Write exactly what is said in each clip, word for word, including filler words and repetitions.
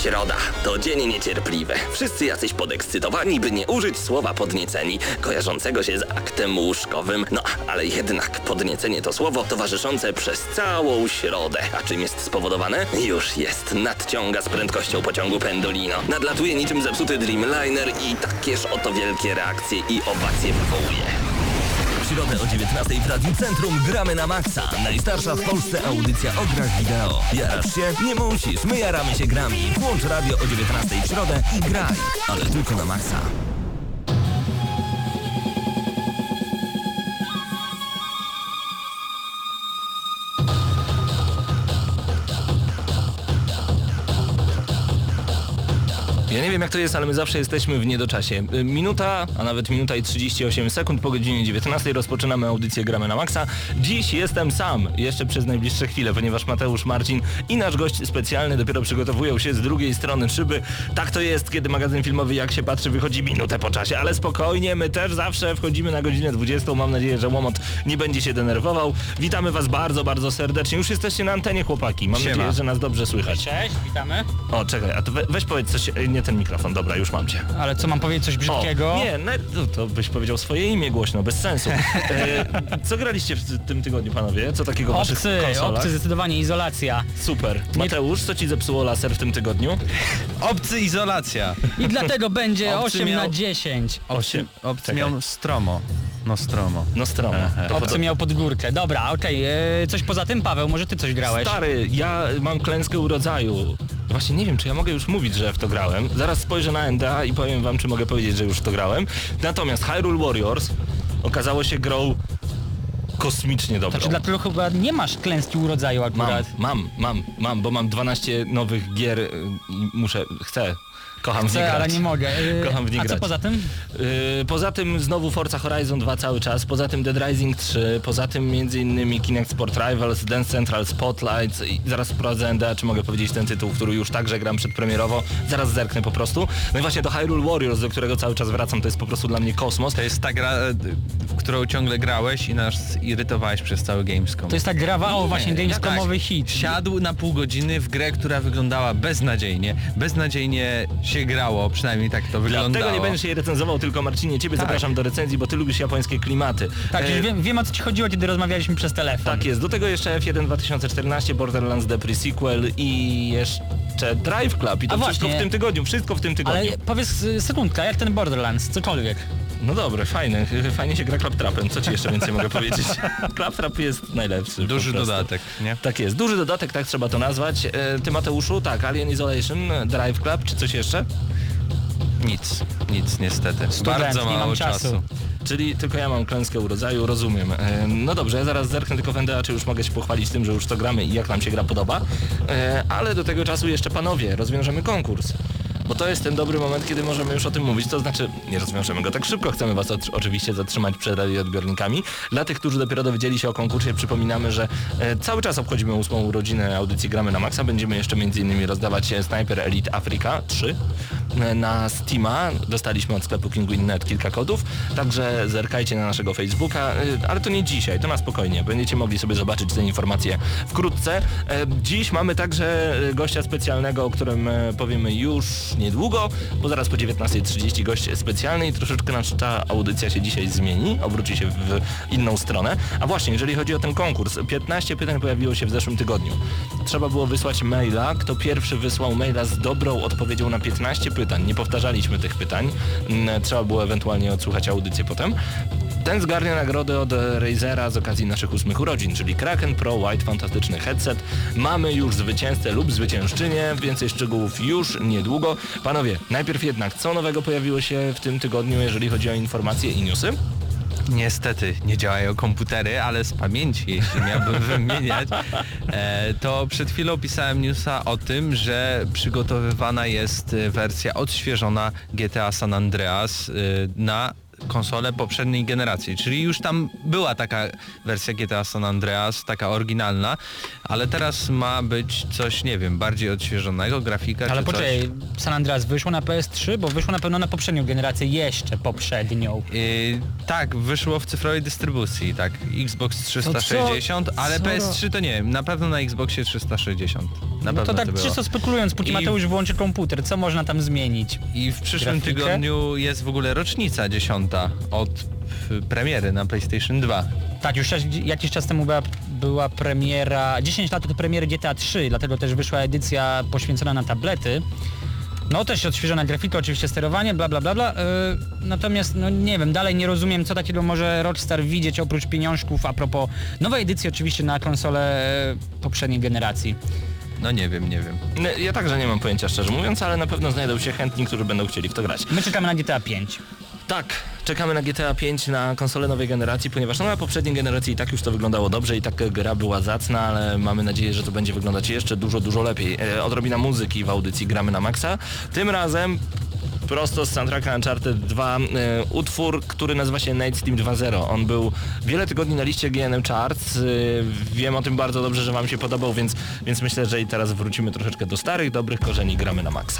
Środa to dzień niecierpliwy. Wszyscy jacyś podekscytowani, by nie użyć słowa podnieceni, kojarzącego się z aktem łóżkowym. No, ale jednak podniecenie to słowo towarzyszące przez całą środę. A czym jest spowodowane? Już jest. Nadciąga z prędkością pociągu Pendolino. Nadlatuje niczym zepsuty Dreamliner i takież oto wielkie reakcje i owacje wywołuje. W środę o dziewiętnastej w Radiu Centrum gramy na maksa. Najstarsza w Polsce audycja o grach wideo. Jarasz się? Nie musisz. My jaramy się grami. Włącz radio o dziewiętnastej w środę i graj. Ale tylko na maksa. Ja nie wiem jak to jest, ale my zawsze jesteśmy w niedoczasie. Minuta, a nawet minuta i trzydzieści osiem sekund po godzinie dziewiętnastej rozpoczynamy audycję Gramy na Maxa. Dziś jestem sam, jeszcze przez najbliższe chwile, ponieważ Mateusz, Marcin i nasz gość specjalny dopiero przygotowują się z drugiej strony szyby. Tak to jest, kiedy magazyn filmowy Jak się patrzy wychodzi minutę po czasie, ale spokojnie, my też zawsze wchodzimy na godzinę dwudziestą. Mam nadzieję, że Łomot nie będzie się denerwował. Witamy was bardzo, bardzo serdecznie. Już jesteście na antenie, chłopaki. Mam Siema. nadzieję, że nas dobrze słychać. Cześć, witamy. O, czekaj, a to we, weź powiedz coś, nie ten mikrofon, dobra, już mam cię. Ale co, mam powiedzieć coś brzydkiego? O, nie, no, to byś powiedział swoje imię głośno, bez sensu. E, co graliście w tym tygodniu, panowie? Co takiego w waszych Obcy, konsolach? obcy, zdecydowanie, izolacja. Super. Mateusz, co ci zepsuło laser w tym tygodniu? Obcy izolacja. I dlatego będzie Obcy osiem miał- na dziesięć. Osiem. Obcy Czekaj. miał Stromo. No Stromo. No stromo. Aha. To Obcy pod- miał pod górkę. Dobra, okej. e, Coś poza tym, Paweł, może ty coś grałeś? Stary, ja mam klęskę urodzaju. Właśnie nie wiem, czy ja mogę już mówić, że w to grałem. Zaraz spojrzę na N D A i powiem wam, czy mogę powiedzieć, że już w to grałem. Natomiast Hyrule Warriors okazało się grą kosmicznie dobrą. Znaczy dlatego chyba nie masz klęski urodzaju Mam, akurat. mam, mam, mam, bo mam dwanaście nowych gier y, i muszę, chcę, kocham w nie Chcę, grać. ale nie mogę. E, Kocham w nie A co grać. poza tym? Yy, poza tym znowu Forza Horizon dwa cały czas, poza tym Dead Rising trzy, poza tym między innymi Kinect Sport Rivals, Dance Central Spotlight i zaraz sprawdzę N D A, czy mogę powiedzieć ten tytuł, który już także gram przedpremierowo, zaraz zerknę po prostu. No i właśnie to Hyrule Warriors, do którego cały czas wracam, to jest po prostu dla mnie kosmos. To jest ta gra, w którą ciągle grałeś i nas irytowałeś przez cały Gamescom. To jest ta grawa, o właśnie, Nie, Gamescomowy tak. hit. Siadł na pół godziny w grę, która wyglądała beznadziejnie. Beznadziejnie się grało, przynajmniej tak to wyglądało. Dlatego nie będziesz jej recenzował, tylko Marcinie, ciebie Tak. zapraszam do recenzji, bo ty lubisz japońskie klimaty. Tak, E, już wiem, wiem o co ci chodziło, kiedy rozmawialiśmy przez telefon. Tak jest, do tego jeszcze F jeden dwa tysiące czternaście, Borderlands The Pre-Sequel i jeszcze Drive Club i to A wszystko właśnie. w tym tygodniu, wszystko w tym tygodniu. Ale powiedz y, sekundka, jak ten Borderlands, cokolwiek. No dobre, fajne, fajnie się gra Claptrapem, co ci jeszcze więcej mogę powiedzieć? Claptrap jest najlepszy. Duży po prostu. dodatek, nie? Tak jest, duży dodatek, tak trzeba to nazwać. E, Ty Mateuszu, tak, Alien Isolation, Drive Club, czy coś jeszcze? Nic, nic niestety. Student, Bardzo nie mało mam czasu. czasu. Czyli tylko ja mam klęskę urodzaju, rozumiem. E, No dobrze, ja zaraz zerknę tylko w N D A, czy już mogę się pochwalić tym, że już to gramy i jak nam się gra podoba. E, Ale do tego czasu jeszcze panowie, rozwiążemy konkurs. Bo to jest ten dobry moment, kiedy możemy już o tym mówić, to znaczy nie rozwiążemy go tak szybko, chcemy was otr- oczywiście zatrzymać przed radioodbiornikami. Dla tych, którzy dopiero dowiedzieli się o konkursie, przypominamy, że e, cały czas obchodzimy ósmą urodzinę audycji Gramy na Maxa. Będziemy jeszcze między innymi rozdawać e, Sniper Elite Africa trzy e, na Steama. Dostaliśmy od sklepu Kinguin kropka net kilka kodów, także zerkajcie na naszego Facebooka, e, ale to nie dzisiaj, to na spokojnie. Będziecie mogli sobie zobaczyć te informacje wkrótce. E, Dziś mamy także e, gościa specjalnego, o którym e, powiemy już niedługo, bo zaraz po dziewiętnastej trzydzieści gość specjalny i troszeczkę nasza audycja się dzisiaj zmieni, obróci się w inną stronę. A właśnie, jeżeli chodzi o ten konkurs, piętnaście pytań pojawiło się w zeszłym tygodniu. Trzeba było wysłać maila, kto pierwszy wysłał maila z dobrą odpowiedzią na piętnaście pytań. Nie powtarzaliśmy tych pytań, Mm, trzeba było ewentualnie odsłuchać audycję potem. Ten zgarnia nagrodę od Razera z okazji naszych ósmych urodzin, czyli Kraken Pro White fantastyczny headset. Mamy już zwycięzcę lub zwyciężczynię, więcej szczegółów już niedługo. Panowie, najpierw jednak, co nowego pojawiło się w tym tygodniu, jeżeli chodzi o informacje i newsy? Niestety nie działają komputery, ale z pamięci, jeśli miałbym wymieniać, e, to przed chwilą pisałem newsa o tym, że przygotowywana jest wersja odświeżona G T A San Andreas e, na konsole poprzedniej generacji, czyli już tam była taka wersja G T A San Andreas, taka oryginalna, ale teraz ma być coś, nie wiem, bardziej odświeżonego, grafika Ale czy poczekaj, coś. San Andreas wyszło na P S trzy, bo wyszło na pewno na poprzednią generację, jeszcze poprzednią. Yy, tak, wyszło w cyfrowej dystrybucji, tak, Xbox trzysta sześćdziesiąt, ale Co? P S trzy to nie, na pewno na Xboxie trzysta sześćdziesiąt. Na No pewno to tak było. czysto spekulując, póki I- Mateusz włączy komputer, co można tam zmienić? I w przyszłym Grafikę? tygodniu jest w ogóle rocznica dziesiąta od p- premiery na PlayStation dwa. Tak, już czas- jakiś czas temu była, była premiera, dziesięć lat od premiery G T A trzy, dlatego też wyszła edycja poświęcona na tablety. No też odświeżona grafika, oczywiście sterowanie, bla bla bla bla. Yy, natomiast no nie wiem, dalej nie rozumiem, co takiego może Rockstar widzieć oprócz pieniążków a propos nowej edycji oczywiście na konsolę yy, poprzedniej generacji. No nie wiem, nie wiem. No, ja także nie mam pojęcia, szczerze mówiąc, ale na pewno znajdą się chętni, którzy będą chcieli w to grać. My czekamy na G T A pięć. Tak, czekamy na G T A pięć na konsolę nowej generacji, ponieważ no, na poprzedniej generacji i tak już to wyglądało dobrze i tak gra była zacna, ale mamy nadzieję, że to będzie wyglądać jeszcze dużo, dużo lepiej. E, odrobina muzyki w audycji Gramy na Maxa. Tym razem prosto z soundtracka Uncharted dwa e, utwór, który nazywa się Night Steam dwa zero. On był wiele tygodni na liście G N M Charts. E, wiem o tym bardzo dobrze, że wam się podobał, więc, więc myślę, że i teraz wrócimy troszeczkę do starych, dobrych korzeni Gramy na Maxa.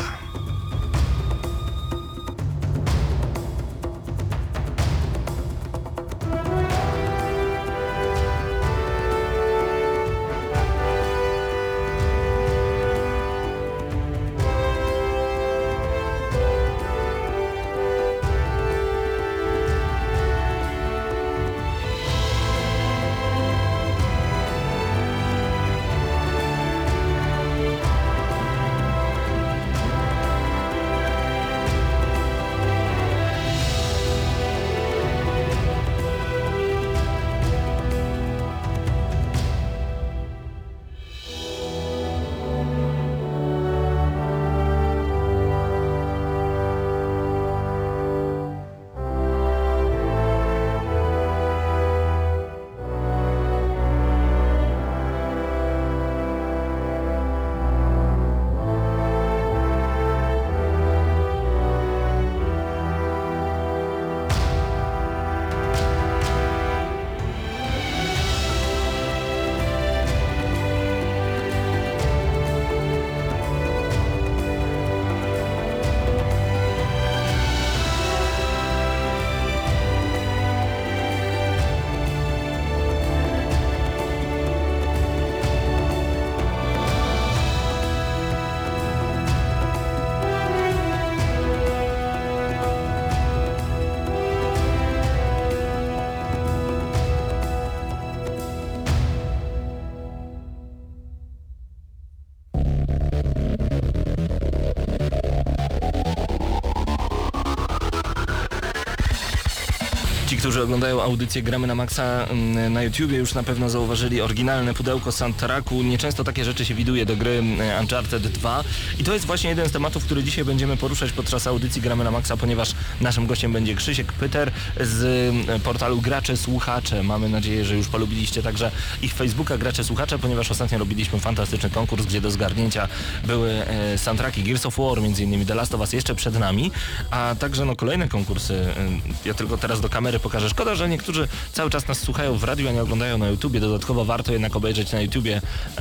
Ci, którzy oglądają audycję Gramy na Maxa mm, na YouTubie, już na pewno zauważyli oryginalne pudełko soundtracku. Nieczęsto takie rzeczy się widuje do gry mm, Uncharted dwa i to jest właśnie jeden z tematów, który dzisiaj będziemy poruszać podczas audycji Gramy na Maxa, ponieważ naszym gościem będzie Krzysiek Pyter z mm, portalu Gracze Słuchacze. Mamy nadzieję, że już polubiliście także ich Facebooka Gracze Słuchacze, ponieważ ostatnio robiliśmy fantastyczny konkurs, gdzie do zgarnięcia były e, soundtracki Gears of War, między innymi The Last of Us jeszcze przed nami, a także no kolejne konkursy. E, ja tylko teraz do kamery pokażę. Szkoda, że niektórzy cały czas nas słuchają w radiu, a nie oglądają na YouTubie. Dodatkowo warto jednak obejrzeć na YouTubie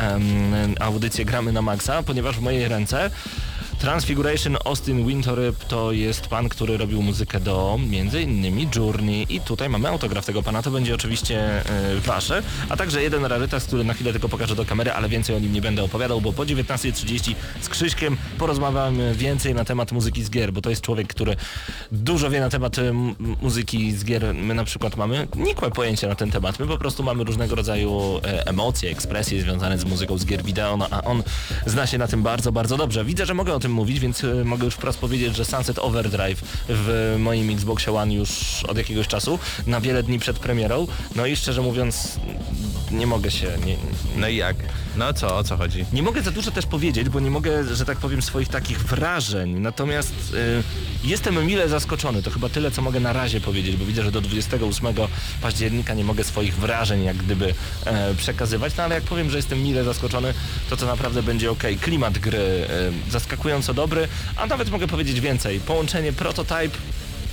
um, audycję Gramy na Maxa, ponieważ w mojej ręce Transfiguration Austin Wintoryp to jest pan, który robił muzykę do między innymi Journey i tutaj mamy autograf tego pana, to będzie oczywiście e, wasze, a także jeden rarytas, który na chwilę tylko pokażę do kamery, ale więcej o nim nie będę opowiadał, bo po dziewiętnastej trzydzieści z Krzyśkiem porozmawiamy więcej na temat muzyki z gier, bo to jest człowiek, który dużo wie na temat m- muzyki z gier. My na przykład mamy nikłe pojęcie na ten temat, my po prostu mamy różnego rodzaju e, emocje, ekspresje związane z muzyką z gier wideo, no a on zna się na tym bardzo, bardzo dobrze. Widzę, że mogę o tym mówić, więc y, mogę już wprost powiedzieć, że Sunset Overdrive w moim Xboxie One już od jakiegoś czasu, na wiele dni przed premierą, no i szczerze mówiąc nie mogę się, nie, No i jak? No co, o co chodzi? nie mogę za dużo też powiedzieć, bo nie mogę, że tak powiem, swoich takich wrażeń, natomiast y, jestem mile zaskoczony, to chyba tyle, co mogę na razie powiedzieć, bo widzę, że do dwudziestego ósmego października nie mogę swoich wrażeń jak gdyby e, przekazywać, no ale jak powiem, że jestem mile zaskoczony, to to naprawdę będzie ok. Klimat gry e, zaskakująco dobry, a nawet mogę powiedzieć więcej. Połączenie Prototype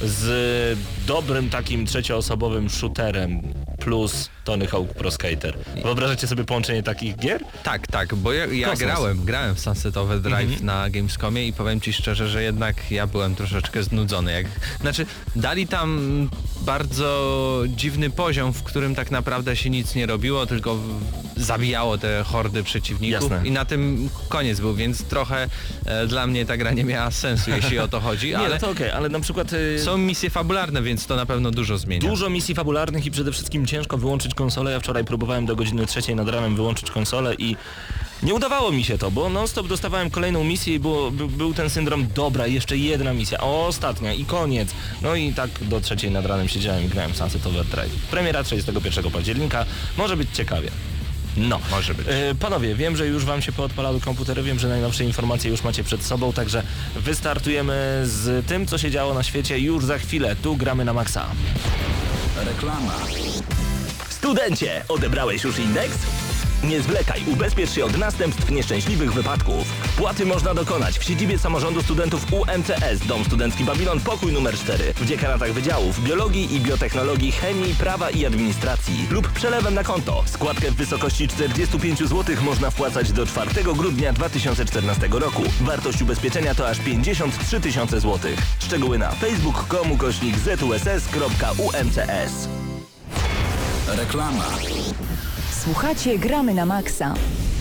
z dobrym takim trzecioosobowym shooterem plus Tony Hawk Pro Skater. Wyobrażacie sobie połączenie takich gier? Tak, tak, bo ja, ja Kosmos. grałem, grałem w Sunset Overdrive Mhm. na Gamescomie i powiem ci szczerze, że jednak ja byłem troszeczkę znudzony. Jak, znaczy, dali tam bardzo dziwny poziom, w którym tak naprawdę się nic nie robiło, tylko w, zabijało te hordy przeciwników. Jasne. I na tym koniec był, więc trochę e, dla mnie ta gra nie miała sensu, jeśli o to chodzi, Nie, ale no to okej, ale na przykład... y, są misje fabularne, więc to na pewno dużo zmienia. Dużo misji fabularnych i przede wszystkim ciężko wyłączyć konsolę. Ja wczoraj próbowałem do godziny trzeciej nad ranem wyłączyć konsolę i nie udawało mi się to, bo non stop dostawałem kolejną misję i było, by, był ten syndrom, dobra, jeszcze jedna misja, o, ostatnia i koniec. No i tak do trzeciej nad ranem siedziałem i grałem w Sunset Overdrive. Premiera trzydziestego pierwszego października, może być ciekawie. No. Może być. E, panowie, wiem, że już wam się poodpalały komputery, wiem, że najnowsze informacje już macie przed sobą, także wystartujemy z tym, co się działo na świecie już za chwilę. Tu gramy na maksa. Reklama. Studencie, odebrałeś już indeks? Nie zwlekaj, ubezpiecz się od następstw nieszczęśliwych wypadków. Płaty można dokonać w siedzibie samorządu studentów U M C S, Dom Studencki Babilon, pokój numer cztery, w dziekanatach wydziałów biologii i biotechnologii, chemii, prawa i administracji lub przelewem na konto. Składkę w wysokości czterdzieści pięć złotych można wpłacać do czwartego grudnia dwa tysiące czternastego roku. Wartość ubezpieczenia to aż pięćdziesiąt trzy tysiące złotych. Szczegóły na facebook kropka com ukośnik z u s s kropka u m c s. Reklama. Słuchacie, gramy na maksa.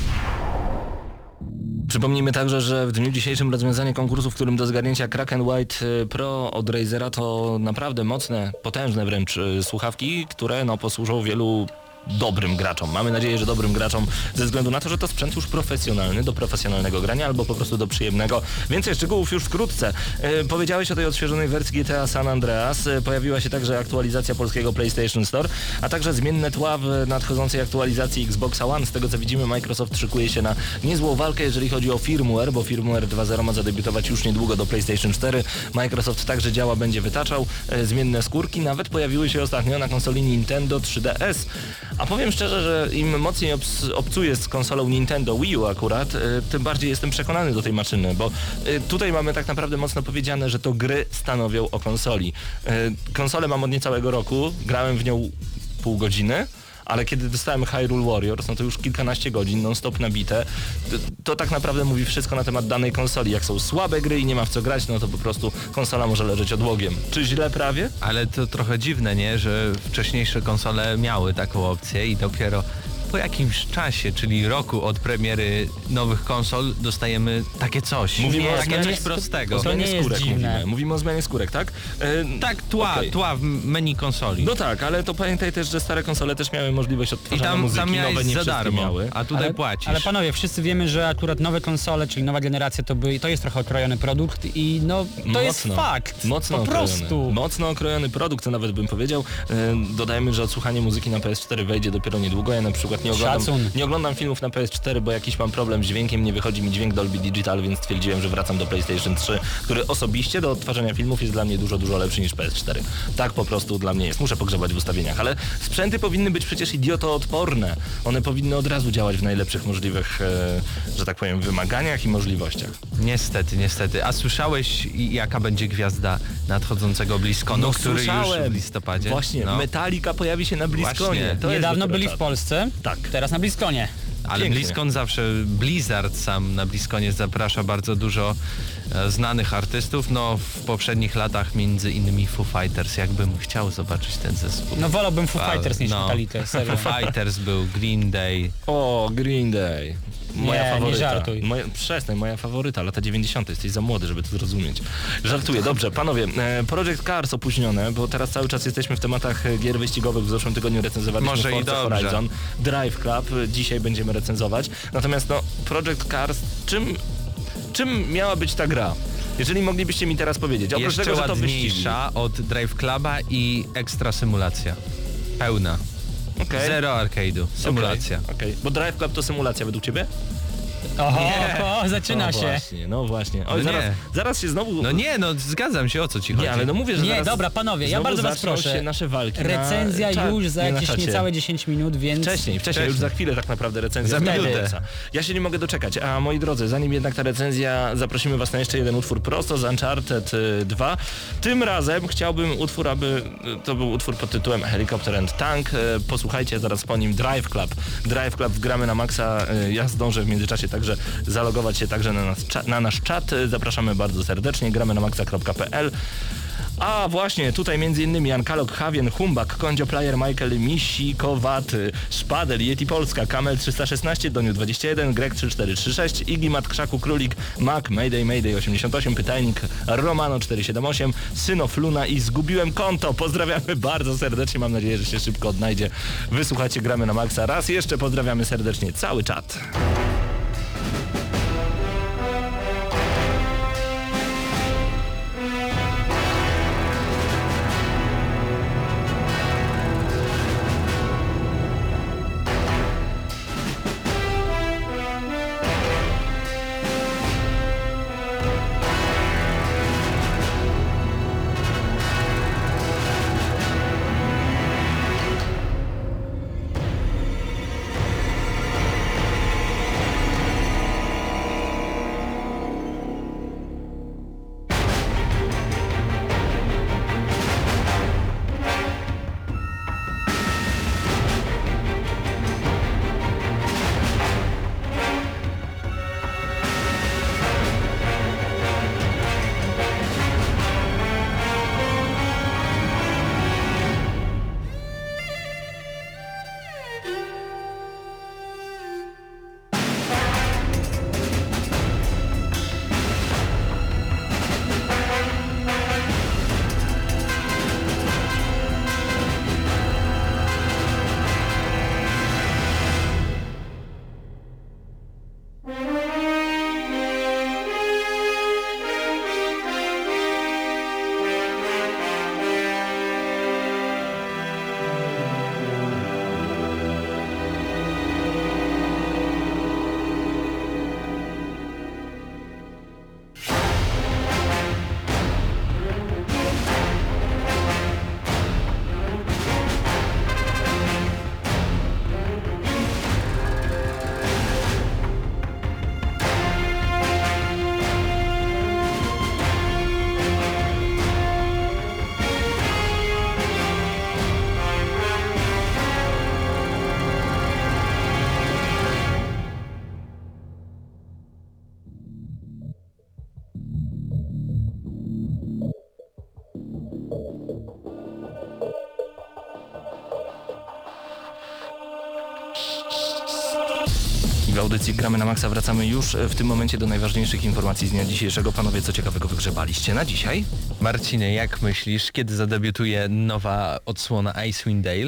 Przypomnijmy także, że w dniu dzisiejszym rozwiązanie konkursu, w którym do zgarnięcia Kraken White Pro od Razera to naprawdę mocne, potężne wręcz y, słuchawki, które no, posłużą wielu dobrym graczom. Mamy nadzieję, że dobrym graczom ze względu na to, że to sprzęt już profesjonalny, do profesjonalnego grania albo po prostu do przyjemnego. Więcej szczegółów już wkrótce. E, powiedziałeś o tej odświeżonej wersji G T A San Andreas. E, pojawiła się także aktualizacja polskiego PlayStation Store, a także zmienne tła w nadchodzącej aktualizacji Xboxa One. Z tego co widzimy, Microsoft szykuje się na niezłą walkę, jeżeli chodzi o firmware, bo firmware dwa zero ma zadebiutować już niedługo do PlayStation cztery. Microsoft także działa, będzie wytaczał. E, zmienne skórki nawet pojawiły się ostatnio na konsoli Nintendo trzy D S. A powiem szczerze, że im mocniej obs- obcuję z konsolą Nintendo Wii U akurat, y, tym bardziej jestem przekonany do tej maszyny, bo y, tutaj mamy tak naprawdę mocno powiedziane, że to gry stanowią o konsoli. Y, konsolę mam od niecałego roku, grałem w nią pół godziny, ale kiedy dostałem Hyrule Warriors, no to już kilkanaście godzin non-stop nabite, to, to tak naprawdę mówi wszystko na temat danej konsoli. Jak są słabe gry i nie ma w co grać, no to po prostu konsola może leżeć odłogiem. Czy źle prawie? Ale to trochę dziwne, nie? Że wcześniejsze konsole miały taką opcję i dopiero po jakimś czasie, czyli roku od premiery nowych konsol, dostajemy takie coś. Mówimy nie, o takie zmianie coś sk- prostego. O To zmianie nie jest skórek dziwne. mówimy. Mówimy o zmianie skórek, tak? E, Tak, tła, okej. tła w menu konsoli. No tak, ale to pamiętaj też, że stare konsole też miały możliwość I odtwarzania tam, muzyki, tam miałeś nowe nie za wszystkie darmo, miały. a tutaj ale, płacisz. ale panowie, wszyscy wiemy, że akurat nowe konsole, czyli nowa generacja to, by, to jest trochę okrojony produkt i no to jest fakt. Mocno po okrojony. prostu. Mocno okrojony produkt, to nawet bym powiedział. E, dodajmy, że odsłuchanie muzyki na P S cztery wejdzie dopiero niedługo. Ja na przykład nie oglądam, Szacun. nie oglądam filmów na P S cztery, bo jakiś mam problem z dźwiękiem, nie wychodzi mi dźwięk Dolby Digital, więc stwierdziłem, że wracam do PlayStation trzy, który osobiście do odtwarzania filmów jest dla mnie dużo, dużo lepszy niż P S cztery. Tak po prostu dla mnie jest. Muszę pogrzebać w ustawieniach, ale sprzęty powinny być przecież idiotoodporne. One powinny od razu działać w najlepszych możliwych, e, że tak powiem, wymaganiach i możliwościach. Niestety, niestety. A słyszałeś, jaka będzie gwiazda nadchodzącego BlizzConu, No, który słyszałem. już w listopadzie? Właśnie, no. Metallica pojawi się na BlizzConie. Właśnie. To jest Niedawno dopiero byli czas. w Polsce, Tak. teraz na BlizzConie. Ale Pięknie. BlizzCon zawsze, Blizzard sam na BlizzConie zaprasza bardzo dużo e, znanych artystów. No w poprzednich latach między innymi Foo Fighters. Jakbym chciał zobaczyć ten zespół. No wolałbym Foo Ale- Fighters niż no. Metallicę, serio. Foo Fighters był, Green Day. O, Green Day. Moja Nie, nie faworyta. żartuj. Moja, przestań, moja faworyta, lata dziewięćdziesiąte. Jesteś za młody, żeby to zrozumieć. Żartuję, dobrze. Panowie, e, Project Cars opóźnione, bo teraz cały czas jesteśmy w tematach e, gier wyścigowych. W zeszłym tygodniu recenzowaliśmy Może i Forza dobrze. Horizon, Drive Club. e, Dzisiaj będziemy recenzować. Natomiast no, Project Cars, czym, czym miała być ta gra? Jeżeli moglibyście mi teraz powiedzieć, oprócz Jeszcze tego, że to wyścigi. ładniejsza od Drive Cluba i ekstra symulacja. Pełna. Okay. Zero arcade'u. Symulacja. Okej, okay. Bo Drive Club to symulacja według ciebie? Oho, Nie. oho, zaczyna no się. Właśnie, no właśnie. Oj, No zaraz, nie. zaraz się znowu... No nie, no zgadzam się, o co ci chodzi. Nie, ale no mówię, że Nie, zaraz dobra, panowie, ja znowu bardzo was zaczną proszę. się nasze walki Recenzja na, już za nie na jakieś czacie. niecałe dziesięć minut, więc... Wcześniej, wcześniej, już za chwilę tak naprawdę recenzja. Za będzie. minutę. Ja się nie mogę doczekać. A moi drodzy, zanim jednak ta recenzja, zaprosimy was na jeszcze jeden utwór prosto z Uncharted dwa. Tym razem chciałbym utwór, aby to był utwór pod tytułem Helicopter and Tank. Posłuchajcie zaraz po nim Drive Club. Drive Club wgramy na maksa. Ja zdążę w międzyczasie także zalogować się także na, nas, na nasz czat. Zapraszamy bardzo serdecznie. Gramy na maxa kropka p l. A właśnie, tutaj między innymi Ankalog, Havien, Humbak, Kondzio Player, Michael, Misikowaty, Szpadel, Yeti Polska, Kamel trzysta szesnaście, Doniu dwadzieścia jeden, Greg trzy cztery trzy sześć, Igi Mat, Krzaku, Królik, Mac, Mayday, Mayday osiemdziesiąt osiem, Pytajnik, Romano cztery siedem osiem, Synof, Luna i Zgubiłem konto. Pozdrawiamy bardzo serdecznie, mam nadzieję, że się szybko odnajdzie. Wysłuchajcie, gramy na maksa. Raz jeszcze pozdrawiamy serdecznie cały czat. W audycji Gramy na Maxa wracamy już w tym momencie do najważniejszych informacji z dnia dzisiejszego. Panowie, co ciekawego wygrzebaliście na dzisiaj? Marcinie, jak myślisz, kiedy zadebiutuje nowa odsłona Icewind Dale?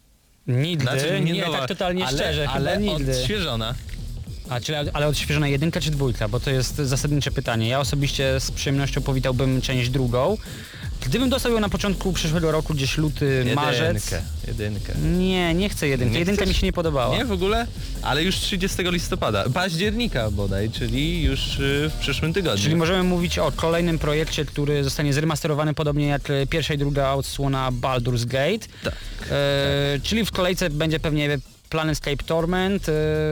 Nigdy, Znaczy, nie, nowa, tak totalnie ale, szczerze, ale chyba nigdy. odświeżona. A, czyli, ale odświeżona jedynka czy dwójka? Bo to jest zasadnicze pytanie. Ja osobiście z przyjemnością powitałbym część drugą. Gdybym dostał ją na początku przyszłego roku, gdzieś luty, marzec... Jedynkę, jedynkę. Nie, nie chcę jedynki. Nie Jedynka chcesz? mi się nie podobała. Nie w ogóle? Ale już trzydziestego listopada, października bodaj, czyli już y, w przyszłym tygodniu. Czyli możemy mówić o kolejnym projekcie, który zostanie zremasterowany podobnie jak pierwsza i druga odsłona Baldur's Gate. Tak. E, czyli w kolejce będzie pewnie Planescape Torment, e,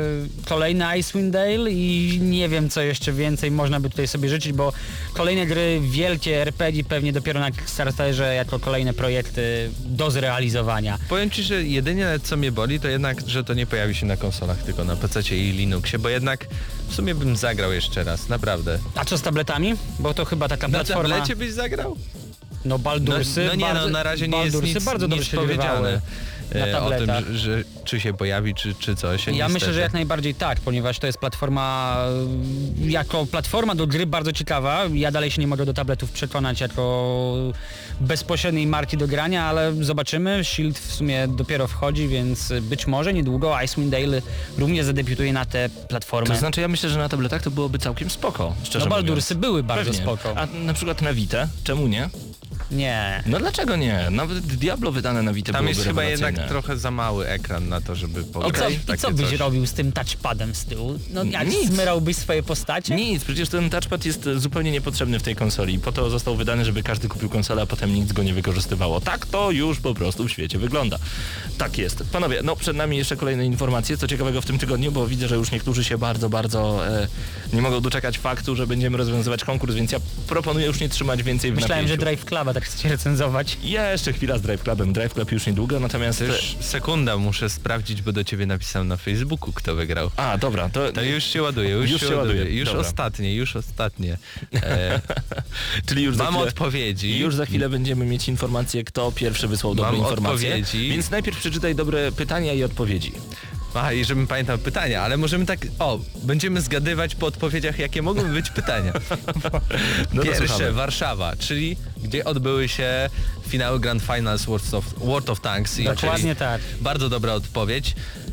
kolejny Icewind Dale i nie wiem co jeszcze więcej można by tutaj sobie życzyć, bo kolejne gry, wielkie R P G pewnie dopiero na Kickstarterze jako kolejne projekty do zrealizowania. Powiem Ci, że jedynie co mnie boli, to jednak, że to nie pojawi się na konsolach, tylko na pececie i Linuxie, bo jednak w sumie bym zagrał jeszcze raz, naprawdę. A co z tabletami? Bo to chyba taka Na platforma... tablecie byś zagrał? No Baldursy, No, no nie, bardzo, no na razie nie jest Baldursy nic, bardzo dobrze nic się grywały powiedziane na e, o tym, tabletach. że, że czy się pojawi, czy, czy coś. Ja niestety. myślę, że jak najbardziej tak, ponieważ to jest platforma, y, jako platforma do gry bardzo ciekawa. Ja dalej się nie mogę do tabletów przekonać jako bezpośredniej marki do grania, ale zobaczymy. Shield w sumie dopiero wchodzi, więc być może niedługo Icewind Dale również zadebiutuje na te platformy. To znaczy ja myślę, że na tabletach to byłoby całkiem spoko, szczerze No mówiąc. Baldursy były bardzo Pewnie. spoko. A na przykład na Vita, czemu nie? Nie. No dlaczego nie? Nawet Diablo wydane na Vita Tam byłoby jest chyba rewelacyjne. jednak trochę za mały ekran na to, żeby I co, pograć w i takie co byś coś. robił z tym touchpadem z tyłu? No jak Nic. smyrałbyś swoje postacie? Nic, przecież ten touchpad jest zupełnie niepotrzebny w tej konsoli. Po to został wydany, żeby każdy kupił konsolę, a potem nic go nie wykorzystywało. Tak to już po prostu w świecie wygląda. Tak jest. Panowie, no przed nami jeszcze kolejne informacje, co ciekawego w tym tygodniu, bo widzę, że już niektórzy się bardzo, bardzo e, nie mogą doczekać faktu, że będziemy rozwiązywać konkurs, więc ja proponuję już nie trzymać więcej w Myślałem, napięciu. że Drive Cluba tak chcecie recenzować. Jeszcze chwila z Drive Clubem. Drive Club już niedługo, natomiast... Już sekunda, muszę sprawdzić, bo do ciebie napisałem na Facebooku, kto wygrał. A, dobra, to... To już się ładuje, już, Już się, się ładuje. ładuje, Już dobra. ostatnie, już ostatnie. E, Czyli już za mam chwilę... odpowiedzi. Już za chwilę będziemy mieć informację, kto pierwszy wysłał dobre Mam informacje. odpowiedzi. Więc najpierw przeczytaj dobre pytania i odpowiedzi. Aha, i żebym pamiętał pytania, ale możemy tak, o, będziemy zgadywać po odpowiedziach, jakie mogą być pytania. No to Pierwsze, słuchamy. Warszawa, czyli gdzie odbyły się finały Grand Finals World of, World of Tanks. I Dokładnie czyli tak. Bardzo dobra odpowiedź.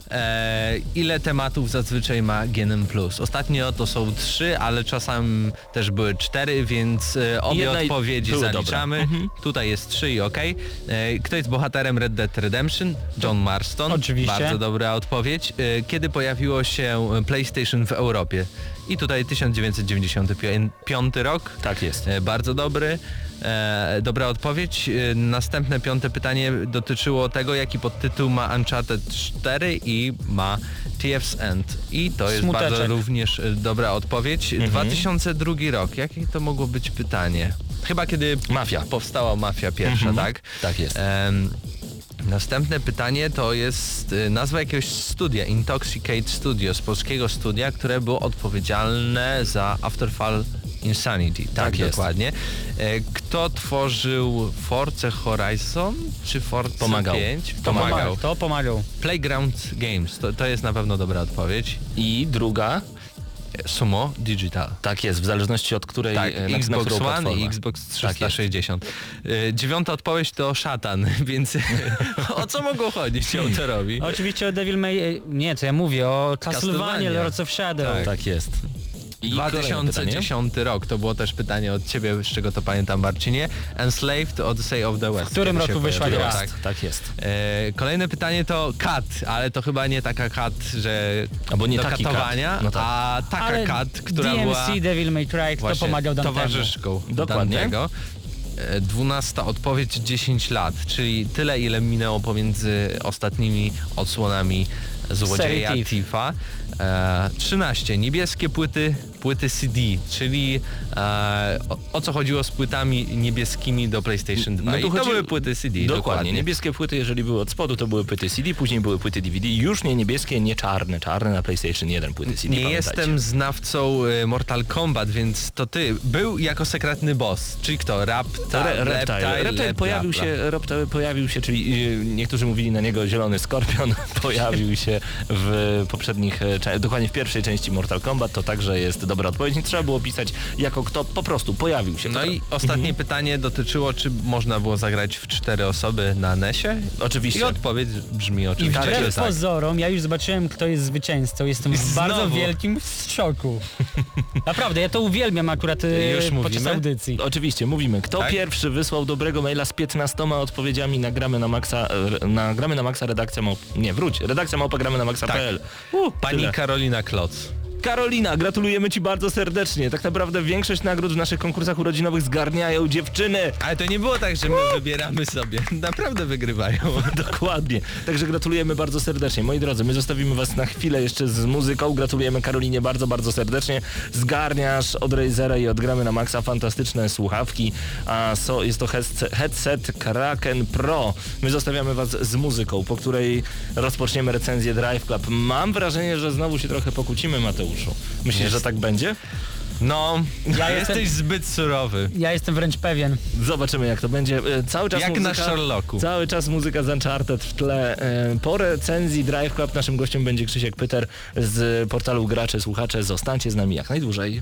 E, ile tematów zazwyczaj ma G N M plus? Ostatnio to są trzy, ale czasem też były cztery, więc e, obie Jedna i- odpowiedzi były zaliczamy. dobre. Tutaj jest trzy i okej. E, Kto jest bohaterem Red Dead Redemption? John Marston. Oczywiście. Bardzo dobra odpowiedź. E, Kiedy pojawiło się PlayStation w Europie? I tutaj tysiąc dziewięćset dziewięćdziesiąty piąty rok. Tak jest. E, Bardzo dobry. E, dobra odpowiedź. E, następne piąte pytanie dotyczyło tego, jaki podtytuł ma Uncharted cztery i ma Thief's End. I to jest Smuteczek. bardzo również e, dobra odpowiedź. Mhm. dwa tysiące drugi rok. Jakie to mogło być pytanie? Chyba kiedy Mafia. powstała Mafia pierwsza, Mhm. tak? Tak jest. Em, Następne pytanie to jest y, nazwa jakiegoś studia, Intoxicate Studios, polskiego studia, które było odpowiedzialne za Afterfall Insanity. Tak, Tak jest. dokładnie. E, Kto tworzył Forza Horizon czy Forza Pomagał. pięć? To Pomagał. pomagał. To pomagał. Playground Games, to, to jest na pewno dobra odpowiedź. I druga, E, Sumo Digital. tak jest, w zależności od której, Tak, e, na, na Xbox którą One platformę. i Xbox Tak trzysta sześćdziesiąt. E, Dziewiąta odpowiedź to szatan, więc o co mogło chodzić autorowi? Oczywiście o Devil May... Nie, co ja mówię, o Castlevania, Castlevania. Lords of Shadow. Tak. Tak jest. I dwa kolejne tysiące pytanie. dziesiąty rok, to było też pytanie od ciebie, z czego to pamiętam, Marcinie. Enslaved Odyssey of the West. W którym kiedy się roku wyszła pojawiło, gra? Tak. Tak jest. E, kolejne pytanie to kat, ale to chyba nie taka kat, że Albo nie do taki kat. katowania, No tak. a taka Ale kat, która D M była C, Devil May Cry, kto właśnie pomagał Dantemu. towarzyszką Dokładnie. Dantego. E, Dwunasta odpowiedź dziesięć lat, czyli tyle ile minęło pomiędzy ostatnimi odsłonami Złodzieja Serii Thief. Thiefa. E, trzynaście niebieskie płyty, płyty C D, czyli e, o, o co chodziło z płytami niebieskimi do PlayStation dwa. No tu I to chodzi- były płyty C D, Dokładnie. dokładnie. Niebieskie płyty, jeżeli były od spodu, to były płyty C D, później były płyty D V D, już nie niebieskie, nie czarne. Czarne na PlayStation jeden płyty C D, Nie pamiętajcie. jestem znawcą e, Mortal Kombat, więc to ty. Był jako sekretny boss, czyli kto? Rapta, Re, Reptile. Reptile Lepra, pojawił bla. się, Reptile pojawił się, czyli y, niektórzy mówili na niego zielony skorpion, pojawił się w poprzednich, e, cze- dokładnie w pierwszej części Mortal Kombat, to także jest dobra odpowiedź. Nie trzeba było pisać jako kto, po prostu pojawił się. No To- i ostatnie pytanie dotyczyło, czy można było zagrać w cztery osoby na nesie? Oczywiście. I odpowiedź brzmi I oczywiście, wbrew że tak. pozorom, ja już zobaczyłem, kto jest zwycięzcą. Jestem I w bardzo znowu. wielkim szoku. Naprawdę, ja to uwielbiam akurat e, Już podczas mówimy? audycji. Oczywiście, mówimy. Kto Tak? pierwszy wysłał dobrego maila z piętnastoma odpowiedziami na gramy na Maxa, e, na gramy na Maxa redakcja małp... Nie, wróć, redakcja małpa gramy na Maxa kropka p l. Uh, Pani tyle. Karolina Kloc. Karolina, gratulujemy Ci bardzo serdecznie. Tak naprawdę większość nagród w naszych konkursach urodzinowych zgarniają dziewczyny. Ale to nie było tak, że my wybieramy sobie. Naprawdę wygrywają. Dokładnie. Także gratulujemy bardzo serdecznie. Moi drodzy, my zostawimy Was na chwilę jeszcze z muzyką. Gratulujemy Karolinie bardzo, bardzo serdecznie. Zgarniasz od Razera i od Gramy na Maxa fantastyczne słuchawki. A so, jest to headset, headset Kraken Pro. My zostawiamy Was z muzyką, po której rozpoczniemy recenzję Drive Club. Mam wrażenie, że znowu się trochę pokłócimy, Mateuszu. Myślisz, Jest. że tak będzie? No, Ja jesteś jestem- zbyt surowy. Ja jestem wręcz pewien. Zobaczymy, jak to będzie. E, Cały czas Jak muzyka, na Sherlocku. Cały czas muzyka z Uncharted w tle. E, Po recenzji Drive Club naszym gościem będzie Krzysiek Pyter z portalu Gracze Słuchacze. Zostańcie z nami jak najdłużej.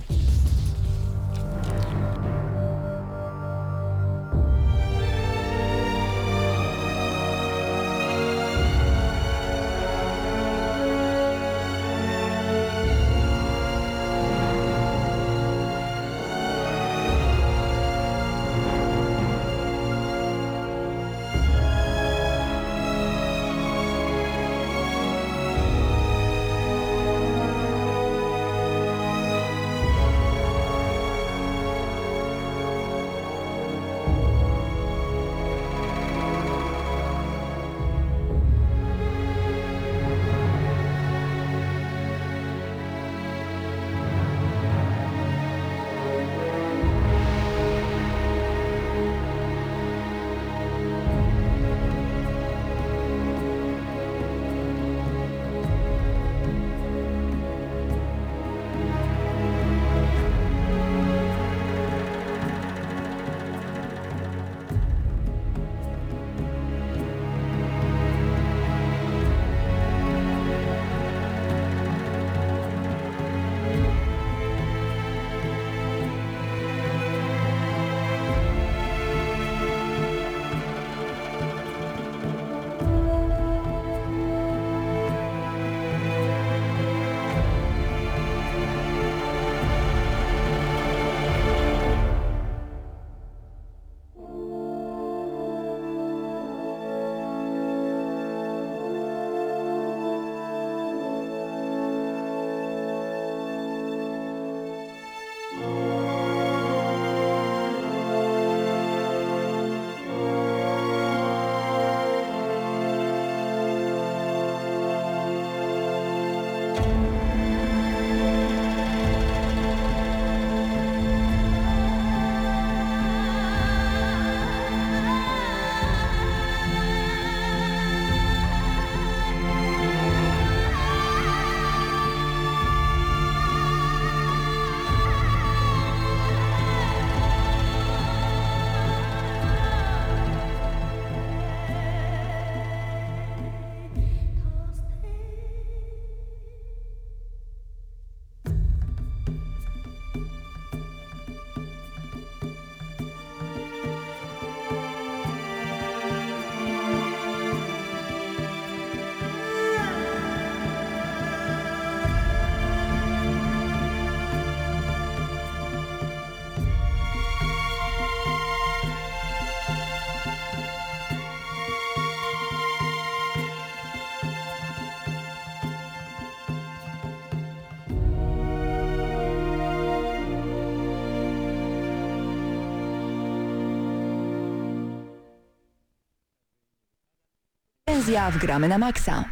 recenzja w Gramy na Maxa.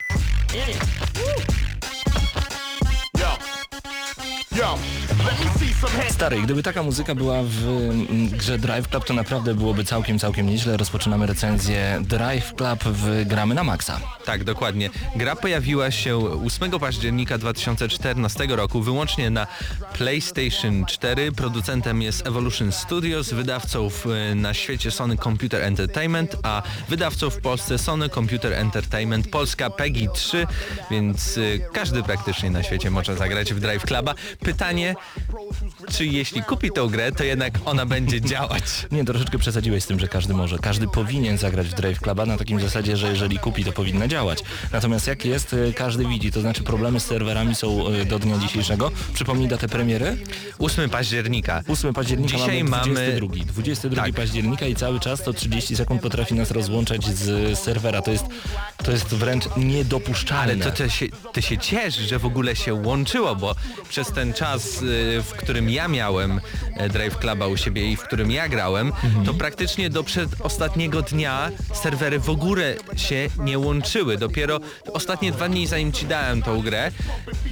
Stary, gdyby taka muzyka była w mm, grze Drive Club, to naprawdę byłoby całkiem, całkiem nieźle. Rozpoczynamy recenzję Drive Club w Gramy na Maxa. Tak, dokładnie. Gra pojawiła się ósmego października dwa tysiące czternastego roku wyłącznie na PlayStation cztery. Producentem jest Evolution Studios, wydawcą w, na świecie Sony Computer Entertainment, a wydawcą w Polsce Sony Computer Entertainment Polska PEGI trzy, więc y, każdy praktycznie na świecie może zagrać w Drive Cluba. Pytanie, czy jeśli kupi tą grę, to jednak ona będzie działać? Nie, troszeczkę przesadziłeś z tym, że każdy może. Każdy powinien zagrać w Drive Cluba na takim zasadzie, że jeżeli kupi, to powinna działać. Natomiast jak jest, każdy widzi. To znaczy problemy z serwerami są do dnia dzisiejszego. Przypomnij datę premiery. ósmego października. ósmego października Dzisiaj mamy dwudziestego drugiego. mamy... dwudziestego drugiego Tak. października i cały czas to trzydzieści sekund potrafi nas rozłączać z serwera. To jest, to jest wręcz niedopuszczalne. Ale to ty się, ty się ciesz, że w ogóle się łączyło, bo przez ten czas, y, w którym ja miałem e, Drive Cluba u siebie i w którym ja grałem, mhm. to praktycznie do przedostatniego dnia serwery w ogóle się nie łączyły. Dopiero ostatnie dwa dni, zanim ci dałem tą grę, e,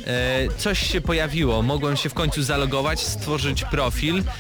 coś się pojawiło. Mogłem się w końcu zalogować, stworzyć profil, e,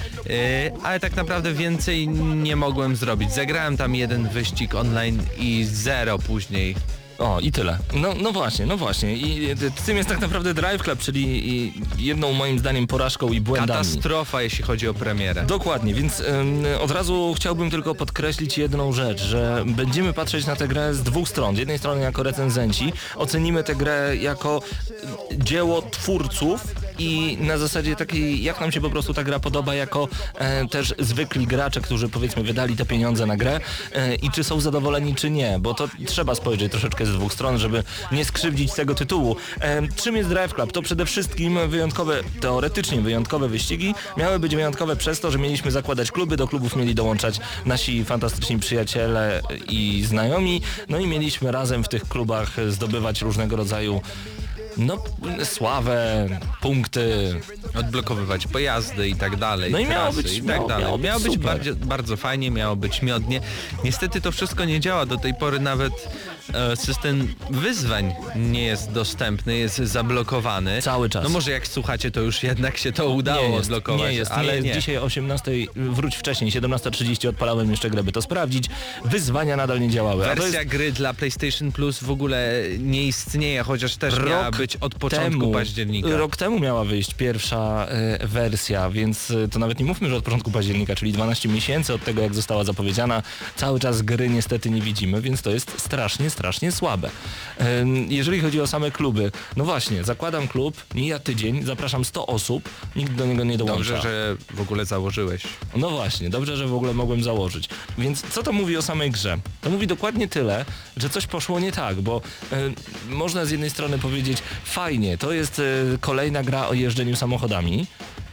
ale tak naprawdę więcej nie mogłem zrobić. Zagrałem tam jeden wyścig online i zero później. O, i tyle. No, no właśnie, no właśnie. I tym jest tak naprawdę Drive Club, czyli jedną moim zdaniem porażką i błędami. Katastrofa, jeśli chodzi o premierę. Dokładnie, więc ym, od razu chciałbym tylko podkreślić jedną rzecz, że będziemy patrzeć na tę grę z dwóch stron. Z jednej strony jako recenzenci, ocenimy tę grę jako dzieło twórców i na zasadzie takiej, jak nam się po prostu ta gra podoba, jako e, też zwykli gracze, którzy powiedzmy wydali te pieniądze na grę e, i czy są zadowoleni, czy nie, bo to trzeba spojrzeć troszeczkę z dwóch stron, żeby nie skrzywdzić tego tytułu. E, czym jest Drive Club? To przede wszystkim wyjątkowe, teoretycznie wyjątkowe wyścigi. Miały być wyjątkowe przez to, że mieliśmy zakładać kluby, do klubów mieli dołączać nasi fantastyczni przyjaciele i znajomi, no i mieliśmy razem w tych klubach zdobywać różnego rodzaju no, sławę, punkty, odblokowywać pojazdy i tak dalej. No i miało trasy być- i tak miało- dalej. miało być Miało być super. bardzo, bardzo fajnie, miało być miodnie. Niestety to wszystko nie działa. Do tej pory nawet e, system wyzwań nie jest dostępny, jest zablokowany. Cały czas. No może jak słuchacie, to już jednak się to udało nie jest, odblokować, nie jest, ale nie jest. nie. Dzisiaj o osiemnastej, wróć wcześniej, siedemnasta trzydzieści odpalałem jeszcze grę, by to sprawdzić. Wyzwania nadal nie działały. A to Wersja jest gry dla PlayStation Plus w ogóle nie istnieje, chociaż też miała Rok być od początku temu, października. Rok temu miała wyjść pierwsza e, wersja, więc e, to nawet nie mówmy, że od początku października, czyli dwanaście miesięcy od tego, jak została zapowiedziana. Cały czas gry niestety nie widzimy, więc to jest strasznie, strasznie słabe. E, jeżeli chodzi o same kluby, no właśnie, zakładam klub, mija tydzień, zapraszam sto osób, nikt do niego nie dołącza. Dobrze, że w ogóle założyłeś. No właśnie, dobrze, że w ogóle mogłem założyć. Więc co to mówi o samej grze? To mówi dokładnie tyle, że coś poszło nie tak, bo y, można z jednej strony powiedzieć fajnie, to jest y, kolejna gra o jeżdżeniu samochodami.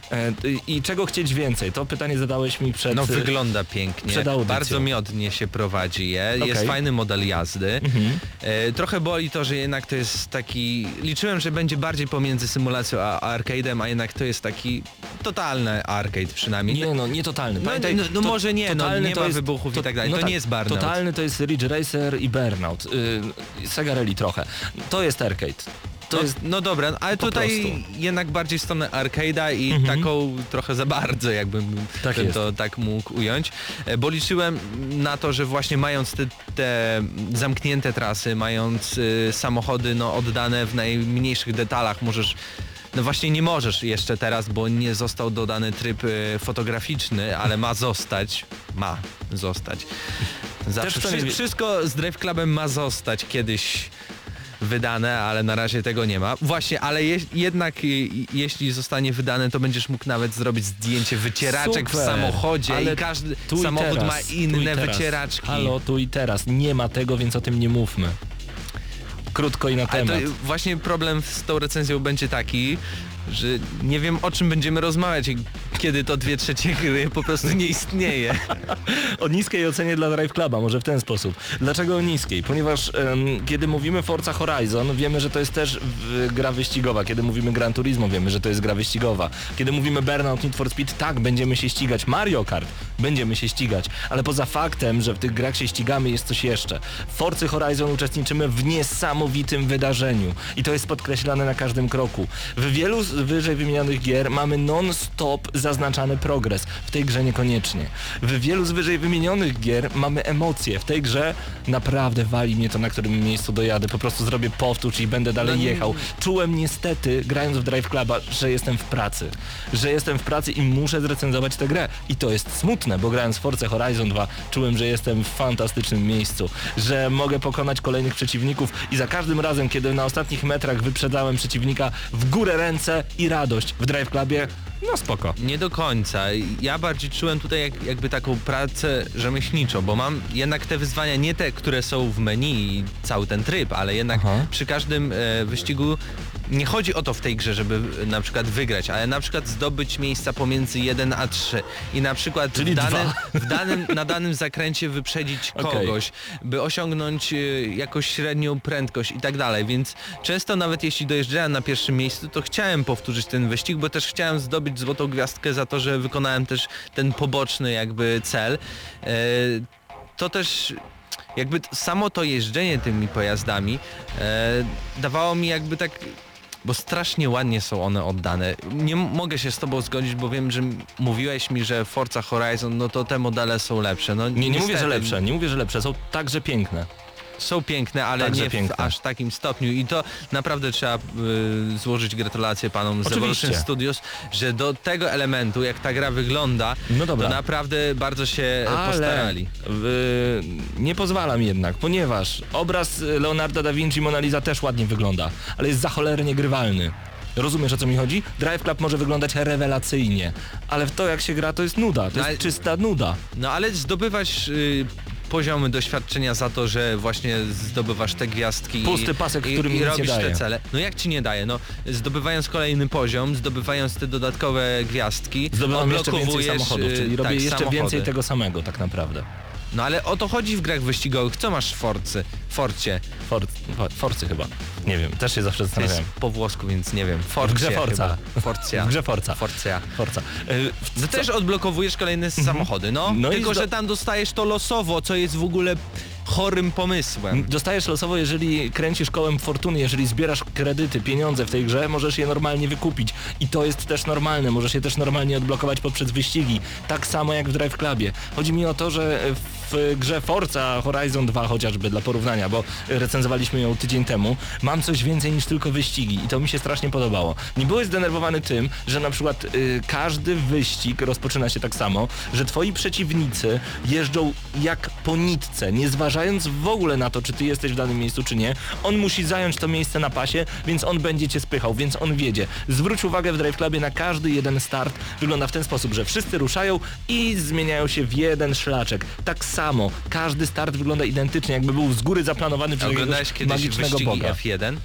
Y, I czego chcieć więcej? To pytanie zadałeś mi przed... No wygląda pięknie, przed audycją. bardzo miodnie się prowadzi je, jest Okej. fajny model jazdy. Mhm. E, trochę boli to, że jednak to jest taki, liczyłem, że będzie bardziej pomiędzy symulacją a a arcade'em, a jednak to jest taki totalny arcade przynajmniej. Nie no, nie totalny. No, Pamiętaj, no, no to- może nie, no, totalny nie to ma jest- wybuchów i tak dalej, to nie jest Burnout. Totalny to jest Ridge Racer i Burnout. Yy, Sega Rally trochę. To jest arcade. To no, jest... no dobra, ale po tutaj prostu. jednak bardziej stronę arcade'a i Mhm. taką trochę za bardzo, jakbym Tak bym jest. to tak mógł ująć. E, Bo liczyłem na to, że właśnie mając te, te zamknięte trasy, mając y, samochody no, oddane w najmniejszych detalach, możesz no właśnie nie możesz jeszcze teraz, bo nie został dodany tryb y, fotograficzny, ale ma zostać. Ma zostać. Zawsze, to nie wszy- wie- wszystko z Drive Clubem ma zostać kiedyś wydane, ale na razie tego nie ma. Właśnie, ale je, jednak y, jeśli zostanie wydane, to będziesz mógł nawet zrobić zdjęcie wycieraczek Super, w samochodzie ale i każdy tu i samochód teraz, ma tu i inne teraz. wycieraczki. Halo, tu i teraz. Nie ma tego, więc o tym nie mówmy. Krótko i na Ale to temat. właśnie problem z tą recenzją będzie taki, że nie wiem o czym będziemy rozmawiać, kiedy to dwie trzecie gry po prostu nie istnieje. O niskiej ocenie dla Drive Cluba, może w ten sposób. Dlaczego o niskiej? Ponieważ em, kiedy mówimy Forza Horizon, wiemy, że to jest też w, gra wyścigowa. Kiedy mówimy Gran Turismo, wiemy, że to jest gra wyścigowa. Kiedy mówimy Burnout, Need for Speed, tak, będziemy się ścigać. Mario Kart, będziemy się ścigać. Ale poza faktem, że w tych grach się ścigamy, jest coś jeszcze. W Forcy Horizon uczestniczymy w niesamowitym wydarzeniu i to jest podkreślane na każdym kroku. W wielu z wyżej wymienionych gier mamy non-stop zaznaczany progres, w tej grze niekoniecznie. W wielu z wyżej wymienionych gier mamy emocje, w tej grze naprawdę wali mnie to, na którym miejscu dojadę, po prostu zrobię powtórz i będę dalej jechał. Czułem niestety, grając w Drive Cluba, że jestem w pracy. Że jestem w pracy i muszę zrecenzować tę grę. I to jest smutne, bo grając w Force Horizon dwa czułem, że jestem w fantastycznym miejscu, że mogę pokonać kolejnych przeciwników i za każdym razem, kiedy na ostatnich metrach wyprzedzałem przeciwnika, w górę ręce i radość. W Drive Clubie, no spoko. Nie do końca. Ja bardziej czułem tutaj jak, jakby taką pracę rzemieślniczą, bo mam jednak te wyzwania, nie te, które są w menu i cały ten tryb, ale jednak Aha. przy każdym e, wyścigu nie chodzi o to w tej grze, żeby e, na przykład wygrać, ale na przykład zdobyć miejsca pomiędzy jeden a trzy i na przykład Czyli w danym, dwa. w danym, na danym zakręcie wyprzedzić Okej. kogoś, by osiągnąć e, jakąś średnią prędkość i tak dalej, więc często nawet jeśli dojeżdżałem na pierwszym miejscu, to chciałem powtórzyć ten wyścig, bo też chciałem zdobyć złotą gwiazdkę za to, że wykonałem też ten poboczny jakby cel. E, to też jakby t- samo to jeżdżenie tymi pojazdami e, dawało mi jakby tak, bo strasznie ładnie są one oddane. Nie m- mogę się z tobą zgodzić, bo wiem, że m- mówiłeś mi, że Forza Horizon, no to te modele są lepsze. No, Nie, nie mówię, że niestety, lepsze, nie mówię, że lepsze, są także piękne. Są piękne, ale Także nie w piękne. aż takim stopniu i to naprawdę trzeba y, złożyć gratulacje panom z Oczywiście. Evolution Studios, że do tego elementu, jak ta gra wygląda, No dobra. to naprawdę bardzo się Ale postarali. w, nie pozwalam jednak, ponieważ obraz Leonarda da Vinci Mona Lisa też ładnie wygląda, ale jest za cholernie grywalny. Rozumiesz, o co mi chodzi? Drive Club może wyglądać rewelacyjnie, ale w to jak się gra to jest nuda, to No jest ale- czysta nuda. No ale zdobywasz y, poziomy doświadczenia za to, że właśnie zdobywasz te gwiazdki Pusty i, pasek, i, który mi i nic nie robisz daje. te cele. No jak ci nie daje? No zdobywając kolejny poziom, zdobywając te dodatkowe gwiazdki, Zdobywam jeszcze więcej odblokowujesz, samochodów, czyli y, robię tak, jeszcze samochody. więcej tego samego tak naprawdę. No ale o to chodzi w grach wyścigowych. Co masz w Forcy? Forcie. For, for, Forcy chyba. Nie wiem, też się zawsze To jest zastanawiałem. po włosku, więc nie wiem. Forcie W grze Forza. chyba. Forcja. W grze Forza. Forcja. Forza. Y, w- No co- też odblokowujesz kolejne samochody, no. No i Tylko, zdo- że tam dostajesz to losowo, co jest w ogóle chorym pomysłem. Dostajesz losowo, jeżeli kręcisz kołem fortuny, jeżeli zbierasz kredyty, pieniądze w tej grze, możesz je normalnie wykupić. I to jest też normalne, możesz je też normalnie odblokować poprzez wyścigi. Tak samo jak w Drive Clubie. Chodzi mi o to, że w grze Forza Horizon dwa chociażby, dla porównania, bo recenzowaliśmy ją tydzień temu, mam coś więcej niż tylko wyścigi i to mi się strasznie podobało. Nie byłeś zdenerwowany tym, że na przykład y, każdy wyścig rozpoczyna się tak samo, że twoi przeciwnicy jeżdżą jak po nitce, nie zważając w ogóle na to, czy ty jesteś w danym miejscu, czy nie. On musi zająć to miejsce na pasie, więc on będzie cię spychał, więc on wiedzie. Zwróć uwagę, w Drive Clubie na każdy jeden start wygląda w ten sposób, że wszyscy ruszają i zmieniają się w jeden szlaczek. Tak samo, każdy start wygląda identycznie, jakby był z góry zaplanowany A przez oglądałeś jakiegoś kiedyś magicznego wyścigi boga. F jeden?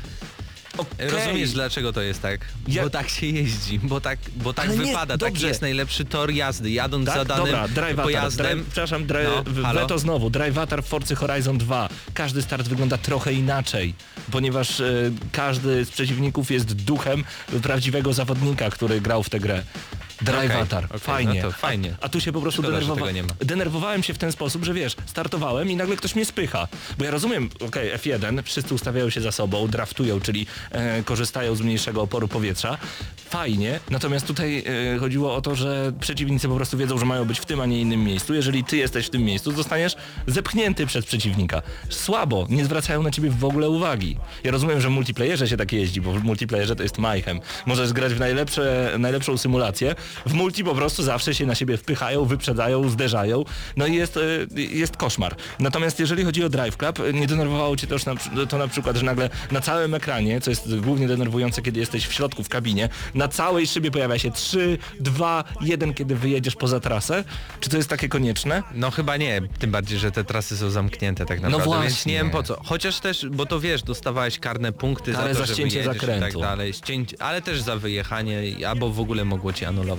Okej. Rozumiesz, dlaczego to jest tak? Ja- Bo tak się jeździ, bo tak, bo tak Ale nie, wypada, taki dobrze. jest najlepszy tor jazdy. Jadąc Tak? za danym Dobra, Drive pojazdem... Drive, przepraszam, dry, No, w- halo? Weto znowu, Drive Atar w Forcy Horizon dwa. Każdy start wygląda trochę inaczej, ponieważ e, każdy z przeciwników jest duchem prawdziwego zawodnika, który grał w tę grę. Drive Okej, Atar, okej, fajnie. no to fajnie. A, a tu się po prostu Szkoda, że denerwowa- tego nie ma. denerwowałem się w ten sposób, że wiesz, startowałem i nagle ktoś mnie spycha. Bo ja rozumiem, okej, F jeden, wszyscy ustawiają się za sobą, draftują, czyli e, korzystają z mniejszego oporu powietrza. Fajnie, natomiast tutaj e, chodziło o to, że przeciwnicy po prostu wiedzą, że mają być w tym, a nie innym miejscu. Jeżeli ty jesteś w tym miejscu, zostaniesz zepchnięty przez przeciwnika. Słabo, nie zwracają na ciebie w ogóle uwagi. Ja rozumiem, że w multiplayerze się tak jeździ, bo w multiplayerze to jest mayhem. Możesz grać w najlepsze, najlepszą symulację. W multi po prostu zawsze się na siebie wpychają, wyprzedzają, zderzają. No i jest, e, jest koszmar. Natomiast jeżeli chodzi o Drive Club, nie denerwowało cię też na, to na przykład, że nagle na całym ekranie, co jest głównie denerwujące, kiedy jesteś w środku w kabinie, na całej szybie pojawia się trzy, dwa, jeden, kiedy wyjedziesz poza trasę? Czy to jest takie konieczne? No chyba nie, tym bardziej, że te trasy są zamknięte tak naprawdę, więc właśnie. nie wiem po co. Chociaż też, bo to wiesz, dostawałeś karne punkty Ale za to, za że ścięcie wyjedziesz i zakrętu. tak dalej, ścięcie, ale też za wyjechanie, albo w ogóle mogło ci anulować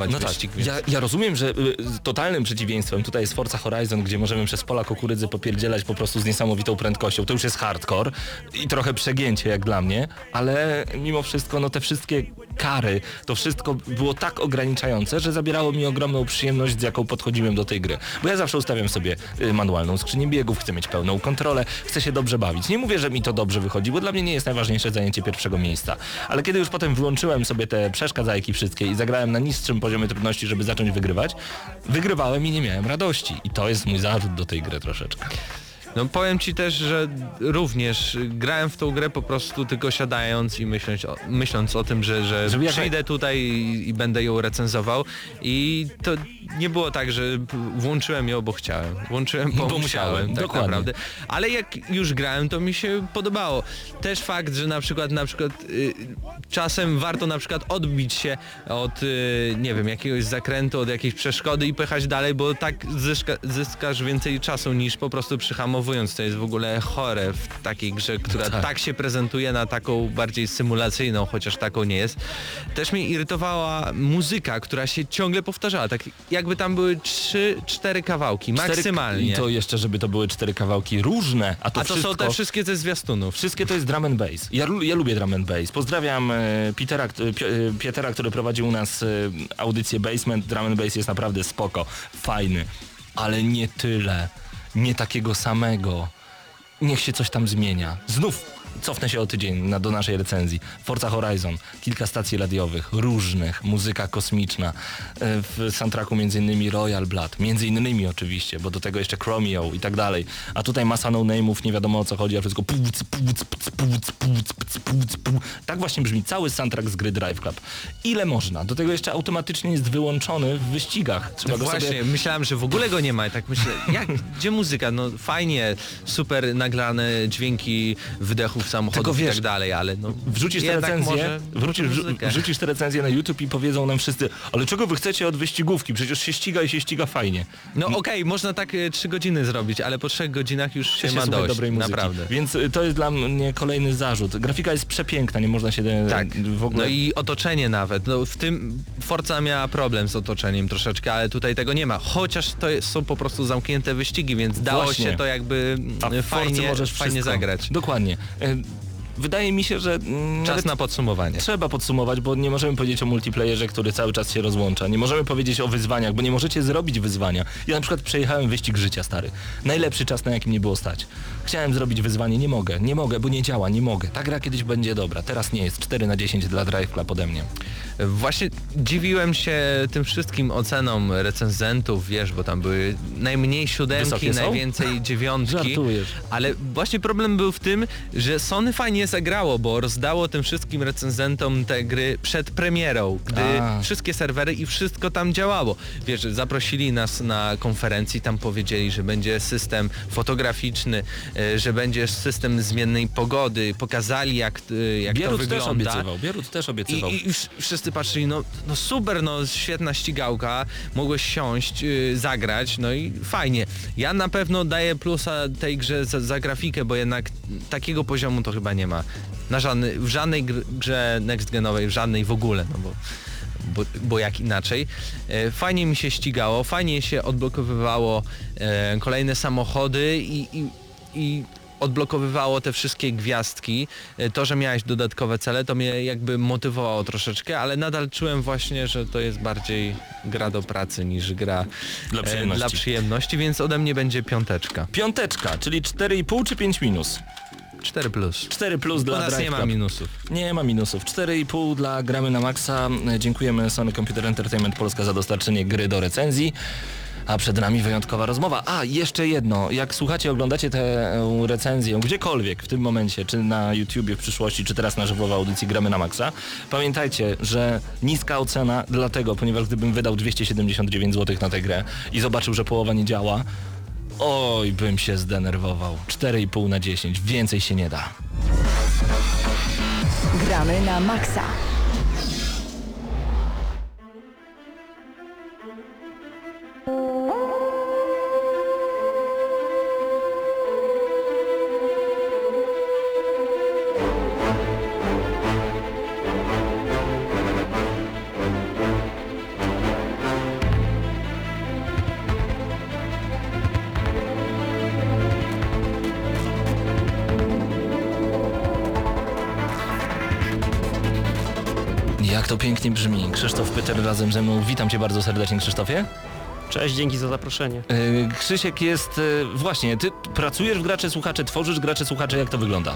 zrealizować No tak, wyścig. Więc... ja, ja rozumiem, że y, totalnym przeciwieństwem tutaj jest Forza Horizon, gdzie możemy przez pola kukurydzy popierdzielać po prostu z niesamowitą prędkością. To już jest hardcore i trochę przegięcie jak dla mnie, ale mimo wszystko no te wszystkie kary, to wszystko było tak ograniczające, że zabierało mi ogromną przyjemność, z jaką podchodziłem do tej gry. Bo ja zawsze ustawiam sobie y, manualną skrzynię biegów, chcę mieć pełną kontrolę, chcę się dobrze bawić. Nie mówię, że mi to dobrze wychodzi, bo dla mnie nie jest najważniejsze zajęcie pierwszego miejsca. Ale kiedy już potem wyłączyłem sobie te przeszkadzajki wszystkie i zagrałem na niższym poziomie trudności, żeby zacząć wygrywać, wygrywałem i nie miałem radości. I to jest mój zarzut do tej gry troszeczkę. No powiem ci też, że również grałem w tą grę po prostu tylko siadając i myśląc o, myśląc o tym, że, że Żeby jak- przyjdę tutaj i, i będę ją recenzował i to nie było tak, że włączyłem ją, bo chciałem. Włączyłem, bo, Bo musiałem, musiałem, tak dokładnie. naprawdę. Ale jak już grałem, to mi się podobało. Też fakt, że na przykład na przykład y, czasem warto na przykład odbić się od y, nie wiem, jakiegoś zakrętu, od jakiejś przeszkody i pojechać dalej, bo tak zyska, zyskasz więcej czasu niż po prostu przyhamowując. To jest w ogóle chore w takiej grze, która tak. tak się prezentuje na taką bardziej symulacyjną, chociaż taką nie jest. Też mnie irytowała muzyka, która się ciągle powtarzała. Tak jakby tam były trzy, cztery kawałki, Cztery- maksymalnie. I to jeszcze, żeby to były cztery kawałki różne, a to, A to wszystko... są te wszystkie ze zwiastunów. Wszystkie to jest drum and bass. Ja, lu- ja lubię drum and bass. Pozdrawiam e, Petera, kt- Pi- e, Pietera, który prowadził u nas e, audycję Basement. Drum and bass jest naprawdę spoko, fajny, ale nie tyle, nie takiego samego. Niech się coś tam zmienia. Znów cofnę się o tydzień na, do naszej recenzji. Forza Horizon, kilka stacji radiowych, różnych, muzyka kosmiczna, e, w soundtracku między innymi Royal Blood, między innymi oczywiście, bo do tego jeszcze Chromeo i tak dalej. A tutaj masa no-name'ów, nie wiadomo o co chodzi, a wszystko puc, puc, puc, puc, puc, puc, puc, puc. Tak właśnie brzmi cały soundtrack z gry Drive Club. Ile można? Do tego jeszcze automatycznie jest wyłączony w wyścigach. Trzeba go Właśnie, sobie... myślałem, że w ogóle go nie ma i tak myślę, jak, gdzie muzyka? No fajnie, super nagrane dźwięki wydechów samochodów Tylko wiesz, i tak dalej, ale no... Wrzucisz te jednak recenzje, może wrócisz, wrzu- muzykę. wrzucisz te recenzje na YouTube i powiedzą nam wszyscy, ale czego wy chcecie od wyścigówki? Przecież się ściga i się ściga fajnie. No okej, można tak e, trzy godziny zrobić, ale po trzech godzinach już się Się ma słucha dość, dobrej muzyki. naprawdę. Więc y, to jest dla mnie kolejny zarzut. Grafika jest przepiękna, nie można się e, Tak, w ogóle... no i otoczenie nawet. No, w tym Forza miała problem z otoczeniem troszeczkę, ale tutaj tego nie ma. Chociaż to jest, są po prostu zamknięte wyścigi, więc dało Właśnie. się to jakby A w mm, Forcy fajnie, możesz fajnie wszystko. zagrać. Dokładnie. E, Wydaje mi się, że mm, Czas nawet na podsumowanie. trzeba podsumować, bo nie możemy powiedzieć o multiplayerze, który cały czas się rozłącza. Nie możemy powiedzieć o wyzwaniach, bo nie możecie zrobić wyzwania. Ja na przykład przejechałem wyścig życia, stary. Najlepszy czas, na jakim nie było stać. Chciałem zrobić wyzwanie, nie mogę, nie mogę, bo nie działa, nie mogę. Ta gra kiedyś będzie dobra, teraz nie jest. cztery na dziesięć dla Drive Club ode mnie. Właśnie dziwiłem się tym wszystkim ocenom recenzentów, wiesz, bo tam były najmniej siódemki, Wysokie są? najwięcej dziewiątki. Żartujesz. Ale właśnie problem był w tym, że Sony fajnie zagrało, bo rozdało tym wszystkim recenzentom te gry przed premierą, gdy A. wszystkie serwery i wszystko tam działało. Wiesz, zaprosili nas na konferencji, tam powiedzieli, że będzie system fotograficzny, e, że będzie system zmiennej pogody, pokazali jak, e, jak to Bierut też wygląda. obiecywał, Bierut też obiecywał. I, i, i wsz- wszyscy patrzyli, no, no super, no świetna ścigałka, mogłeś siąść, yy, zagrać, no i fajnie. Ja na pewno daję plusa tej grze za, za grafikę, bo jednak takiego poziomu to chyba nie ma. Na żadny, w żadnej gr- grze next genowej, w żadnej w ogóle, no bo bo, bo jak inaczej. E, fajnie mi się ścigało, fajnie się odblokowywało e, kolejne samochody i, i, i odblokowywało te wszystkie gwiazdki. E, To, że miałeś dodatkowe cele, to mnie jakby motywowało troszeczkę, ale nadal czułem właśnie, że to jest bardziej gra do pracy niż gra Dla e, przyjemności. dla przyjemności, więc ode mnie będzie piąteczka. Piąteczka, czyli cztery i pół czy pięć minus? cztery plus. cztery plus U dla nas Drive nie ma Club. minusów. Nie ma minusów. cztery i pół dla Gramy na Maxa. Dziękujemy Sony Computer Entertainment Polska za dostarczenie gry do recenzji. A przed nami wyjątkowa rozmowa. A, jeszcze jedno. Jak słuchacie, oglądacie tę recenzję gdziekolwiek w tym momencie, czy na YouTubie w przyszłości, czy teraz na żywo w audycji Gramy na Maxa, pamiętajcie, że niska ocena dlatego, ponieważ gdybym wydał dwieście siedemdziesiąt dziewięć złotych na tę grę i zobaczył, że połowa nie działa, oj, bym się zdenerwował. cztery i pół na dziesięć. Więcej się nie da. Gramy na maksa. Jak to pięknie brzmi. Krzysztof Pyter razem ze mną. Witam cię bardzo serdecznie, Krzysztofie. Cześć, dzięki za zaproszenie. Yy, Krzysiek jest... Yy, właśnie, ty pracujesz w Gracze Słuchacze, tworzysz Gracze Słuchacze, jak to wygląda?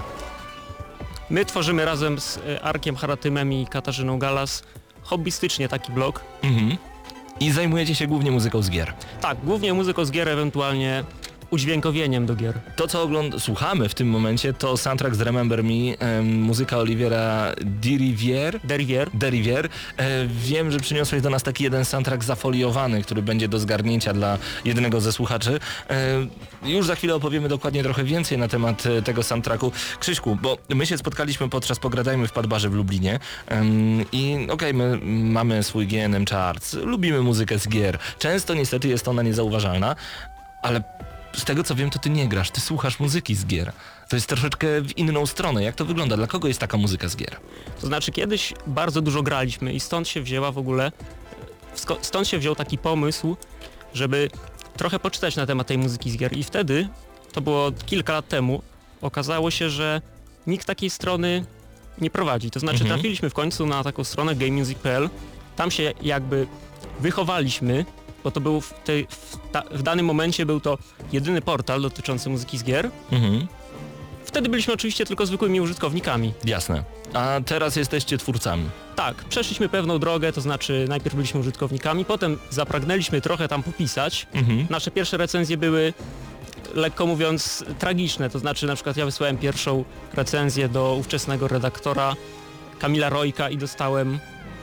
My tworzymy razem z e, Arkiem Haratymem i Katarzyną Galas hobbystycznie taki blog. Mhm. I zajmujecie się głównie muzyką z gier. Tak, głównie muzyką z gier, ewentualnie udźwiękowieniem do gier. To, co ogląd- słuchamy w tym momencie, to soundtrack z Remember Me, em, muzyka Oliviera Derivière. Derivier. Derivier. E, wiem, że przyniosłeś do nas taki jeden soundtrack zafoliowany, który będzie do zgarnięcia dla jednego ze słuchaczy. E, już za chwilę opowiemy dokładnie trochę więcej na temat e, tego soundtracku. Krzyśku, bo my się spotkaliśmy podczas Pogradajmy w Padbarze w Lublinie em, i okej, okay, my mamy swój G N M Charts, lubimy muzykę z gier. Często niestety jest ona niezauważalna, ale z tego co wiem, to ty nie grasz, ty słuchasz muzyki z gier. To jest troszeczkę w inną stronę. Jak to wygląda? Dla kogo jest taka muzyka z gier? To znaczy kiedyś bardzo dużo graliśmy i stąd się wzięła w ogóle, sko- stąd się wziął taki pomysł, żeby trochę poczytać na temat tej muzyki z gier i wtedy, to było kilka lat temu, okazało się, że nikt takiej strony nie prowadzi. To znaczy Mhm. trafiliśmy w końcu na taką stronę game music kropka p l. Tam się jakby wychowaliśmy, bo to był w, tej, w, ta, w danym momencie był to jedyny portal dotyczący muzyki z gier. Mhm. Wtedy byliśmy oczywiście tylko zwykłymi użytkownikami. Jasne. A teraz jesteście twórcami. Tak, przeszliśmy pewną drogę, to znaczy najpierw byliśmy użytkownikami, potem zapragnęliśmy trochę tam popisać. Mhm. Nasze pierwsze recenzje były, lekko mówiąc, tragiczne, to znaczy na przykład ja wysłałem pierwszą recenzję do ówczesnego redaktora Kamila Rojka i dostałem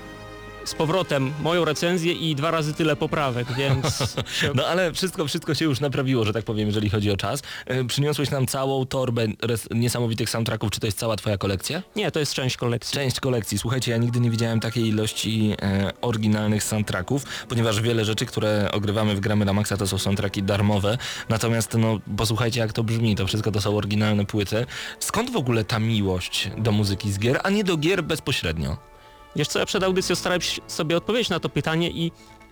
z powrotem moją recenzję i dwa razy tyle poprawek, więc... się... No ale wszystko, wszystko się już naprawiło, że tak powiem, jeżeli chodzi o czas. E, przyniosłeś nam całą torbę res- niesamowitych soundtracków. Czy to jest cała twoja kolekcja? Nie, to jest część kolekcji. Część kolekcji. Słuchajcie, ja nigdy nie widziałem takiej ilości e, oryginalnych soundtracków, ponieważ wiele rzeczy, które ogrywamy w Gramy na Maxa, to są soundtracki darmowe. Natomiast no, posłuchajcie, jak to brzmi. To wszystko to są oryginalne płyty. Skąd w ogóle ta miłość do muzyki z gier, a nie do gier bezpośrednio? Wiesz co, ja przed audycją starałem się sobie odpowiedzieć na to pytanie i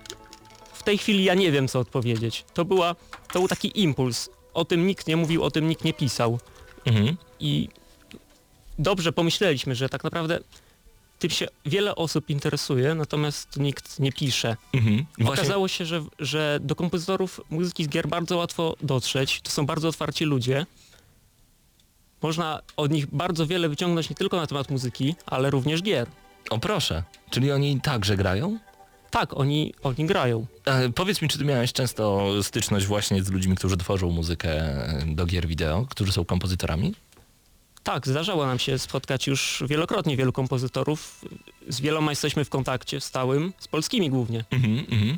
w tej chwili ja nie wiem, co odpowiedzieć. To, była, to był taki impuls. O tym nikt nie mówił, o tym nikt nie pisał. Mhm. I dobrze pomyśleliśmy, że tak naprawdę tym się wiele osób interesuje, natomiast nikt nie pisze. Mhm. Właśnie... Okazało się, że, że do kompozytorów muzyki z gier bardzo łatwo dotrzeć. To są bardzo otwarci ludzie. Można od nich bardzo wiele wyciągnąć nie tylko na temat muzyki, ale również gier. O proszę, czyli oni także grają? Tak, oni, oni grają. E, powiedz mi, czy ty miałeś często styczność właśnie z ludźmi, którzy tworzą muzykę do gier wideo, którzy są kompozytorami? Tak, zdarzało nam się spotkać już wielokrotnie wielu kompozytorów. Z wieloma jesteśmy w kontakcie stałym, z polskimi głównie. Mhm, mhm.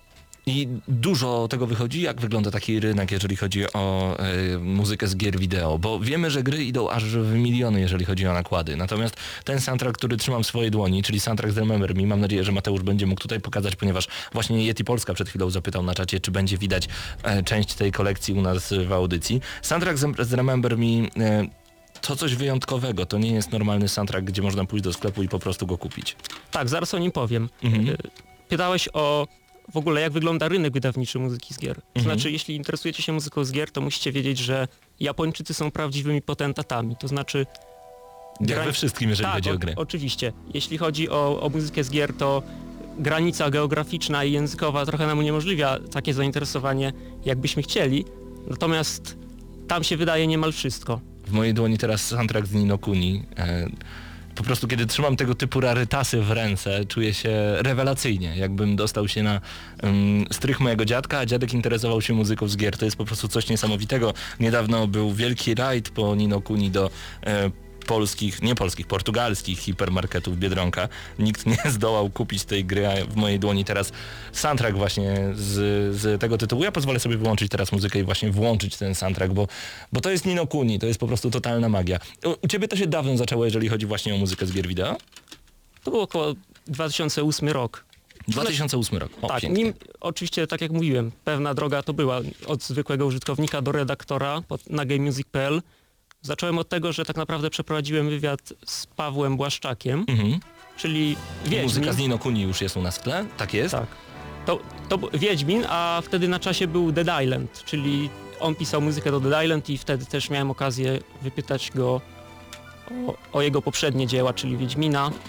I dużo tego wychodzi? Jak wygląda taki rynek, jeżeli chodzi o y, muzykę z gier wideo? Bo wiemy, że gry idą aż w miliony, jeżeli chodzi o nakłady. Natomiast ten soundtrack, który trzymam w swojej dłoni, czyli soundtrack z Remember Me, mam nadzieję, że Mateusz będzie mógł tutaj pokazać, ponieważ właśnie Yeti Polska przed chwilą zapytał na czacie, czy będzie widać e, część tej kolekcji u nas w audycji. Soundtrack z, z Remember Me... E, to coś wyjątkowego, to nie jest normalny soundtrack, gdzie można pójść do sklepu i po prostu go kupić. Tak, zaraz o nim powiem. Mhm. Y, Pytałeś o w ogóle jak wygląda rynek wydawniczy muzyki z gier. To Mhm. znaczy, jeśli interesujecie się muzyką z gier, to musicie wiedzieć, że Japończycy są prawdziwymi potentatami. To znaczy... Jak grań- we wszystkim, jeżeli tak, chodzi o o, gry. oczywiście. Jeśli chodzi o, o muzykę z gier, to granica geograficzna i językowa trochę nam uniemożliwia takie zainteresowanie, jakbyśmy chcieli. Natomiast tam się wydaje niemal wszystko. W mojej dłoni teraz soundtrack z Ni no Kuni. E, po prostu kiedy trzymam tego typu rarytasy w ręce, czuję się rewelacyjnie, jakbym dostał się na um, strych mojego dziadka, a dziadek interesował się muzyką z gier. To jest po prostu coś niesamowitego. Niedawno był wielki rajd po Ni no Kuni do e, polskich, nie polskich, portugalskich hipermarketów Biedronka. Nikt nie zdołał kupić tej gry, a w mojej dłoni teraz soundtrack właśnie z, z tego tytułu. Ja pozwolę sobie wyłączyć teraz muzykę i właśnie włączyć ten soundtrack, bo, bo to jest Ni no Kuni, to jest po prostu totalna magia. U, u ciebie to się dawno zaczęło, jeżeli chodzi właśnie o muzykę z gier wideo? To był około dwa tysiące ósmy rok. dwa tysiące ósmy rok. O, tak, pięknie. nim, oczywiście, tak jak mówiłem, pewna droga to była od zwykłego użytkownika do redaktora pod, na game music kropka p l. Zacząłem od tego, że tak naprawdę przeprowadziłem wywiad z Pawłem Błaszczakiem, Mhm. czyli Wiedźmin. Muzyka z Ni no Kuni już jest u nas w tle, tak jest? Tak. To, to był Wiedźmin, a wtedy na czasie był Dead Island, czyli on pisał muzykę do Dead Island i wtedy też miałem okazję wypytać go o, o jego poprzednie dzieła, czyli Wiedźmina.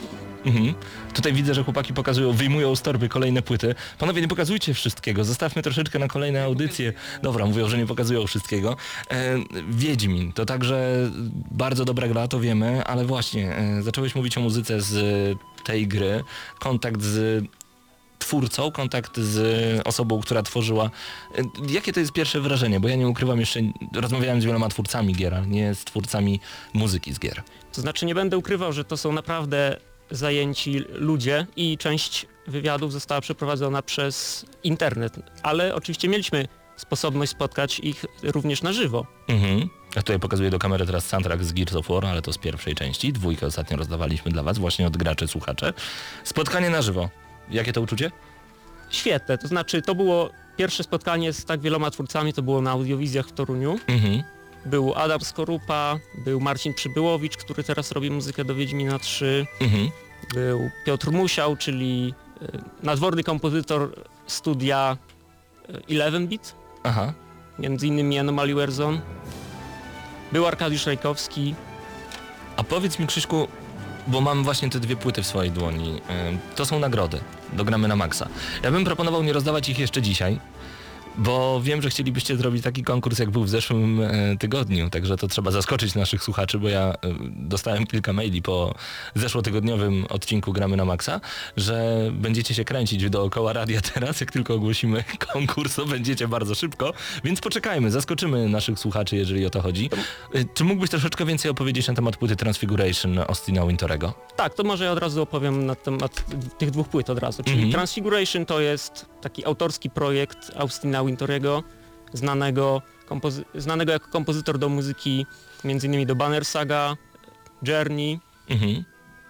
Mhm. Tutaj widzę, że chłopaki pokazują, wyjmują z torby kolejne płyty. Panowie, nie pokazujcie wszystkiego, zostawmy troszeczkę na kolejne audycje. Dobra, mówią, że nie pokazują wszystkiego. E, Wiedźmin, to także bardzo dobra gra, to wiemy, ale właśnie, e, zacząłeś mówić o muzyce z tej gry, kontakt z twórcą, kontakt z osobą, która tworzyła. E, jakie to jest pierwsze wrażenie? Bo ja nie ukrywam, jeszcze rozmawiałem z wieloma twórcami gier, ale nie z twórcami muzyki z gier. To znaczy nie będę ukrywał, że to są naprawdę zajęci ludzie i część wywiadów została przeprowadzona przez internet, ale oczywiście mieliśmy sposobność spotkać ich również na żywo. Mhm. Ja tutaj pokazuję do kamery teraz soundtrack z Gears of War, ale to z pierwszej części. Dwójkę ostatnio rozdawaliśmy dla was, właśnie od graczy, słuchacze. Spotkanie na żywo. Jakie to uczucie? Świetne, to znaczy to było pierwsze spotkanie z tak wieloma twórcami, to było na Audiowizjach w Toruniu. Mhm. Był Adam Skorupa, był Marcin Przybyłowicz, który teraz robi muzykę do Wiedźmina trzy, Mhm. był Piotr Musiał, czyli y, nadworny kompozytor studia y, jedenaście bit, Aha. między innymi Anomaly Warzone. Był Arkadiusz Rajkowski. A powiedz mi, Krzyśku, bo mam właśnie te dwie płyty w swojej dłoni. Ym, To są nagrody do Gramy na Maxa. Ja bym proponował nie rozdawać ich jeszcze dzisiaj, bo wiem, że chcielibyście zrobić taki konkurs, jak był w zeszłym e, tygodniu, także to trzeba zaskoczyć naszych słuchaczy, bo ja e, dostałem kilka maili po zeszłotygodniowym odcinku Gramy na Maxa, że będziecie się kręcić dookoła radia teraz, jak tylko ogłosimy konkurs, to będziecie bardzo szybko, więc poczekajmy, zaskoczymy naszych słuchaczy, jeżeli o to chodzi. E, czy mógłbyś troszeczkę więcej opowiedzieć na temat płyty Transfiguration Austina Wintorego? Tak, to może ja od razu opowiem na temat tych dwóch płyt od razu. Czyli Mhm. Transfiguration to jest taki autorski projekt Austina Wintorego, znanego, kompozy- znanego jako kompozytor do muzyki m.in. do Banner Saga, Journey Mhm.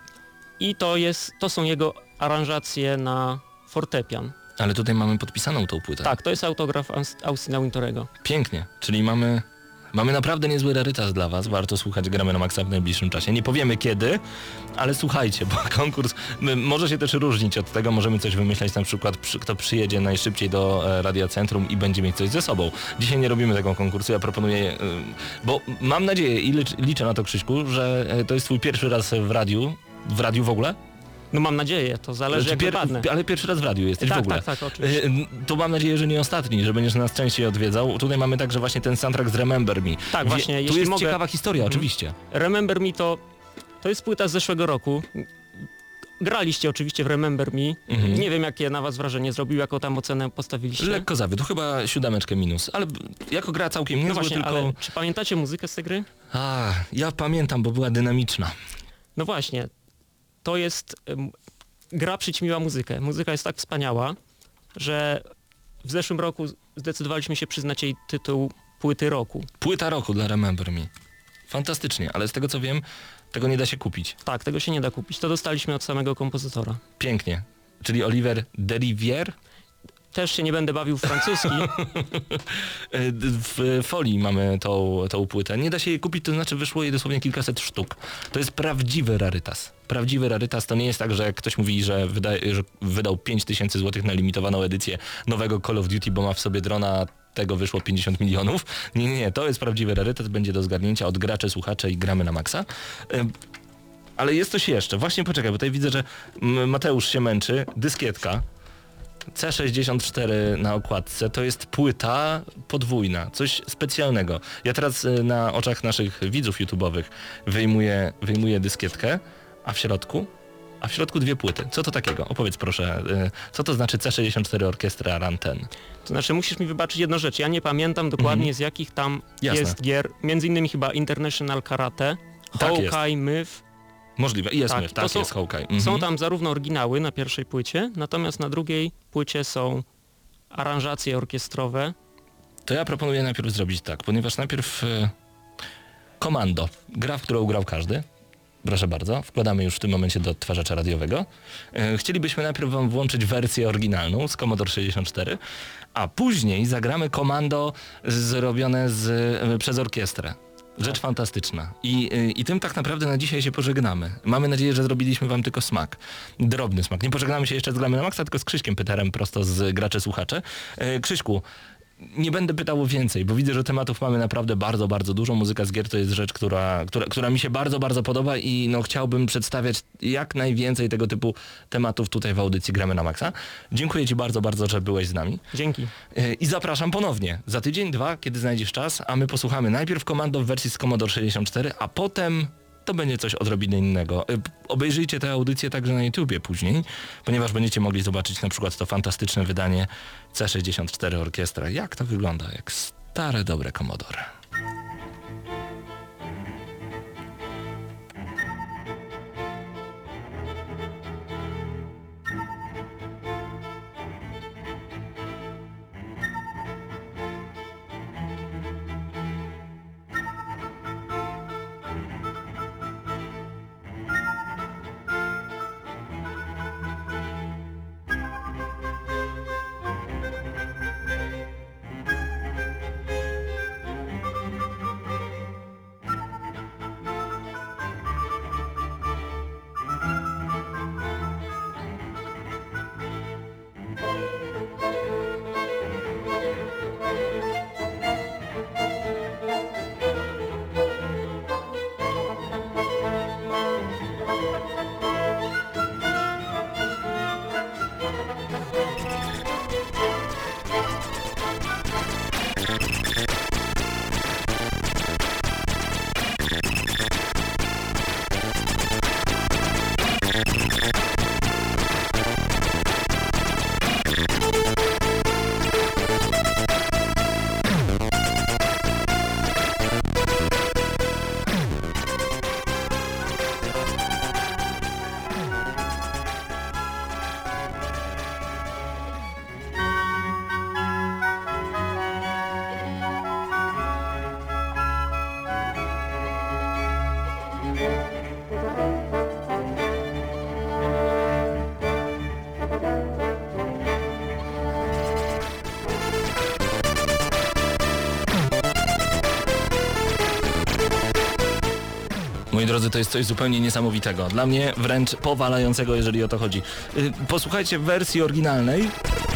i to, jest, to są jego aranżacje na fortepian. Ale tutaj mamy podpisaną tą płytę. Tak, to jest autograf Aus- Austina Wintorego. Pięknie, czyli mamy, mamy naprawdę niezły rarytas dla was, warto słuchać Gramy na Maxa w najbliższym czasie. Nie powiemy kiedy, ale słuchajcie, bo konkurs m, może się też różnić od tego, możemy coś wymyślać, na przykład przy, kto przyjedzie najszybciej do e, Radia Centrum i będzie mieć coś ze sobą. Dzisiaj nie robimy tego konkursu, ja proponuję, e, bo mam nadzieję i licz, liczę na to, Krzyśku, że e, to jest twój pierwszy raz w radiu, w radiu w ogóle? No mam nadzieję, to zależy Czy jak pier- wypadnę. Ale pierwszy raz w radiu jesteś Tak, w ogóle. tak, tak, oczywiście. E, To mam nadzieję, że nie ostatni, że będziesz nas częściej odwiedzał. Tutaj mamy także właśnie ten soundtrack z Remember Me. Tak, właśnie, tu jeśli jest mogę- ciekawa historia, Mhm. oczywiście. Remember Me to, to jest płyta z zeszłego roku. Graliście oczywiście w Remember Me. Mhm. Nie wiem jakie na was wrażenie zrobił, jaką tam ocenę postawiliście. Lekko zawiódł, chyba siódemeczkę minus, ale b- jako gra całkiem No niezła, właśnie, tylko... ale czy pamiętacie muzykę z tej gry? A, ja pamiętam, bo była dynamiczna. No właśnie, to jest... em, gra przyćmiła muzykę. Muzyka jest tak wspaniała, że w zeszłym roku zdecydowaliśmy się przyznać jej tytuł płyty roku. Płyta roku dla Remember Me. Fantastycznie, ale z tego co wiem, tego nie da się kupić. Tak, tego się nie da kupić. To dostaliśmy od samego kompozytora. Pięknie. Czyli Oliver Derivière. Też się nie będę bawił w francuski. E, d- W folii mamy tą, tą płytę. Nie da się jej kupić, to znaczy wyszło jej dosłownie kilkaset sztuk. To jest prawdziwy rarytas. Prawdziwy rarytas to nie jest tak, że jak ktoś mówi, że, wyda, że wydał pięć tysięcy złotych na limitowaną edycję nowego Call of Duty, bo ma w sobie drona, tego wyszło pięćdziesiąt milionów. Nie, nie, nie, to jest prawdziwy rarytas, będzie do zgarnięcia od graczy, słuchaczy i Gramy na Maxa. E, Ale jest coś jeszcze. Właśnie poczekaj, bo tutaj widzę, że mm, Mateusz się męczy. Dyskietka. C sześćdziesiąt cztery na okładce, to jest płyta podwójna, coś specjalnego. Ja teraz y, na oczach naszych widzów YouTube'owych wyjmuję, wyjmuję dyskietkę, a w środku? A w środku dwie płyty. Co to takiego? Opowiedz proszę, y, co to znaczy C sześćdziesiąt cztery Orkiestra Ranten? To znaczy musisz mi wybaczyć jedną rzecz. Ja nie pamiętam dokładnie Mhm. z jakich tam Jasne. jest gier. Między innymi chyba International Karate, Tak Hawkeye, Myth. Możliwe. Jest Tak, myf, to tak, są- jest Hawkeye. Mhm. Są tam zarówno oryginały na pierwszej płycie, natomiast na drugiej płycie są aranżacje orkiestrowe. To ja proponuję najpierw zrobić tak, ponieważ najpierw y, Komando, gra, w którą grał każdy. Proszę bardzo, wkładamy już w tym momencie do odtwarzacza radiowego. E, Chcielibyśmy najpierw wam włączyć wersję oryginalną z Commodore sześćdziesiąt cztery, a później zagramy komando zrobione z, e, przez orkiestrę. Rzecz fantastyczna. I, y, I tym tak naprawdę na dzisiaj się pożegnamy. Mamy nadzieję, że zrobiliśmy wam tylko smak. Drobny smak. Nie pożegnamy się jeszcze z Gramy na Maxa, tylko z Krzyśkiem Pyterem prosto z Gracze Słuchacze. E, Krzyśku, nie będę pytał o więcej, bo widzę, że tematów mamy naprawdę bardzo, bardzo dużo. Muzyka z gier to jest rzecz, która, która, która mi się bardzo, bardzo podoba i no, chciałbym przedstawiać jak najwięcej tego typu tematów tutaj w audycji Gramy na Maxa. Dziękuję Ci bardzo, bardzo, że byłeś z nami. Dzięki. I zapraszam ponownie za tydzień, dwa, kiedy znajdziesz czas, a my posłuchamy najpierw Komando w wersji z Commodore sześćdziesiąt cztery, a potem to będzie coś odrobiny innego. Obejrzyjcie tę audycję także na YouTubie później, ponieważ będziecie mogli zobaczyć na przykład to fantastyczne wydanie C sześćdziesiąt cztery Orkiestra. Jak to wygląda? Jak stare, dobre Commodore. Moi drodzy, to jest coś zupełnie niesamowitego. Dla mnie wręcz powalającego, jeżeli o to chodzi. Posłuchajcie wersji oryginalnej.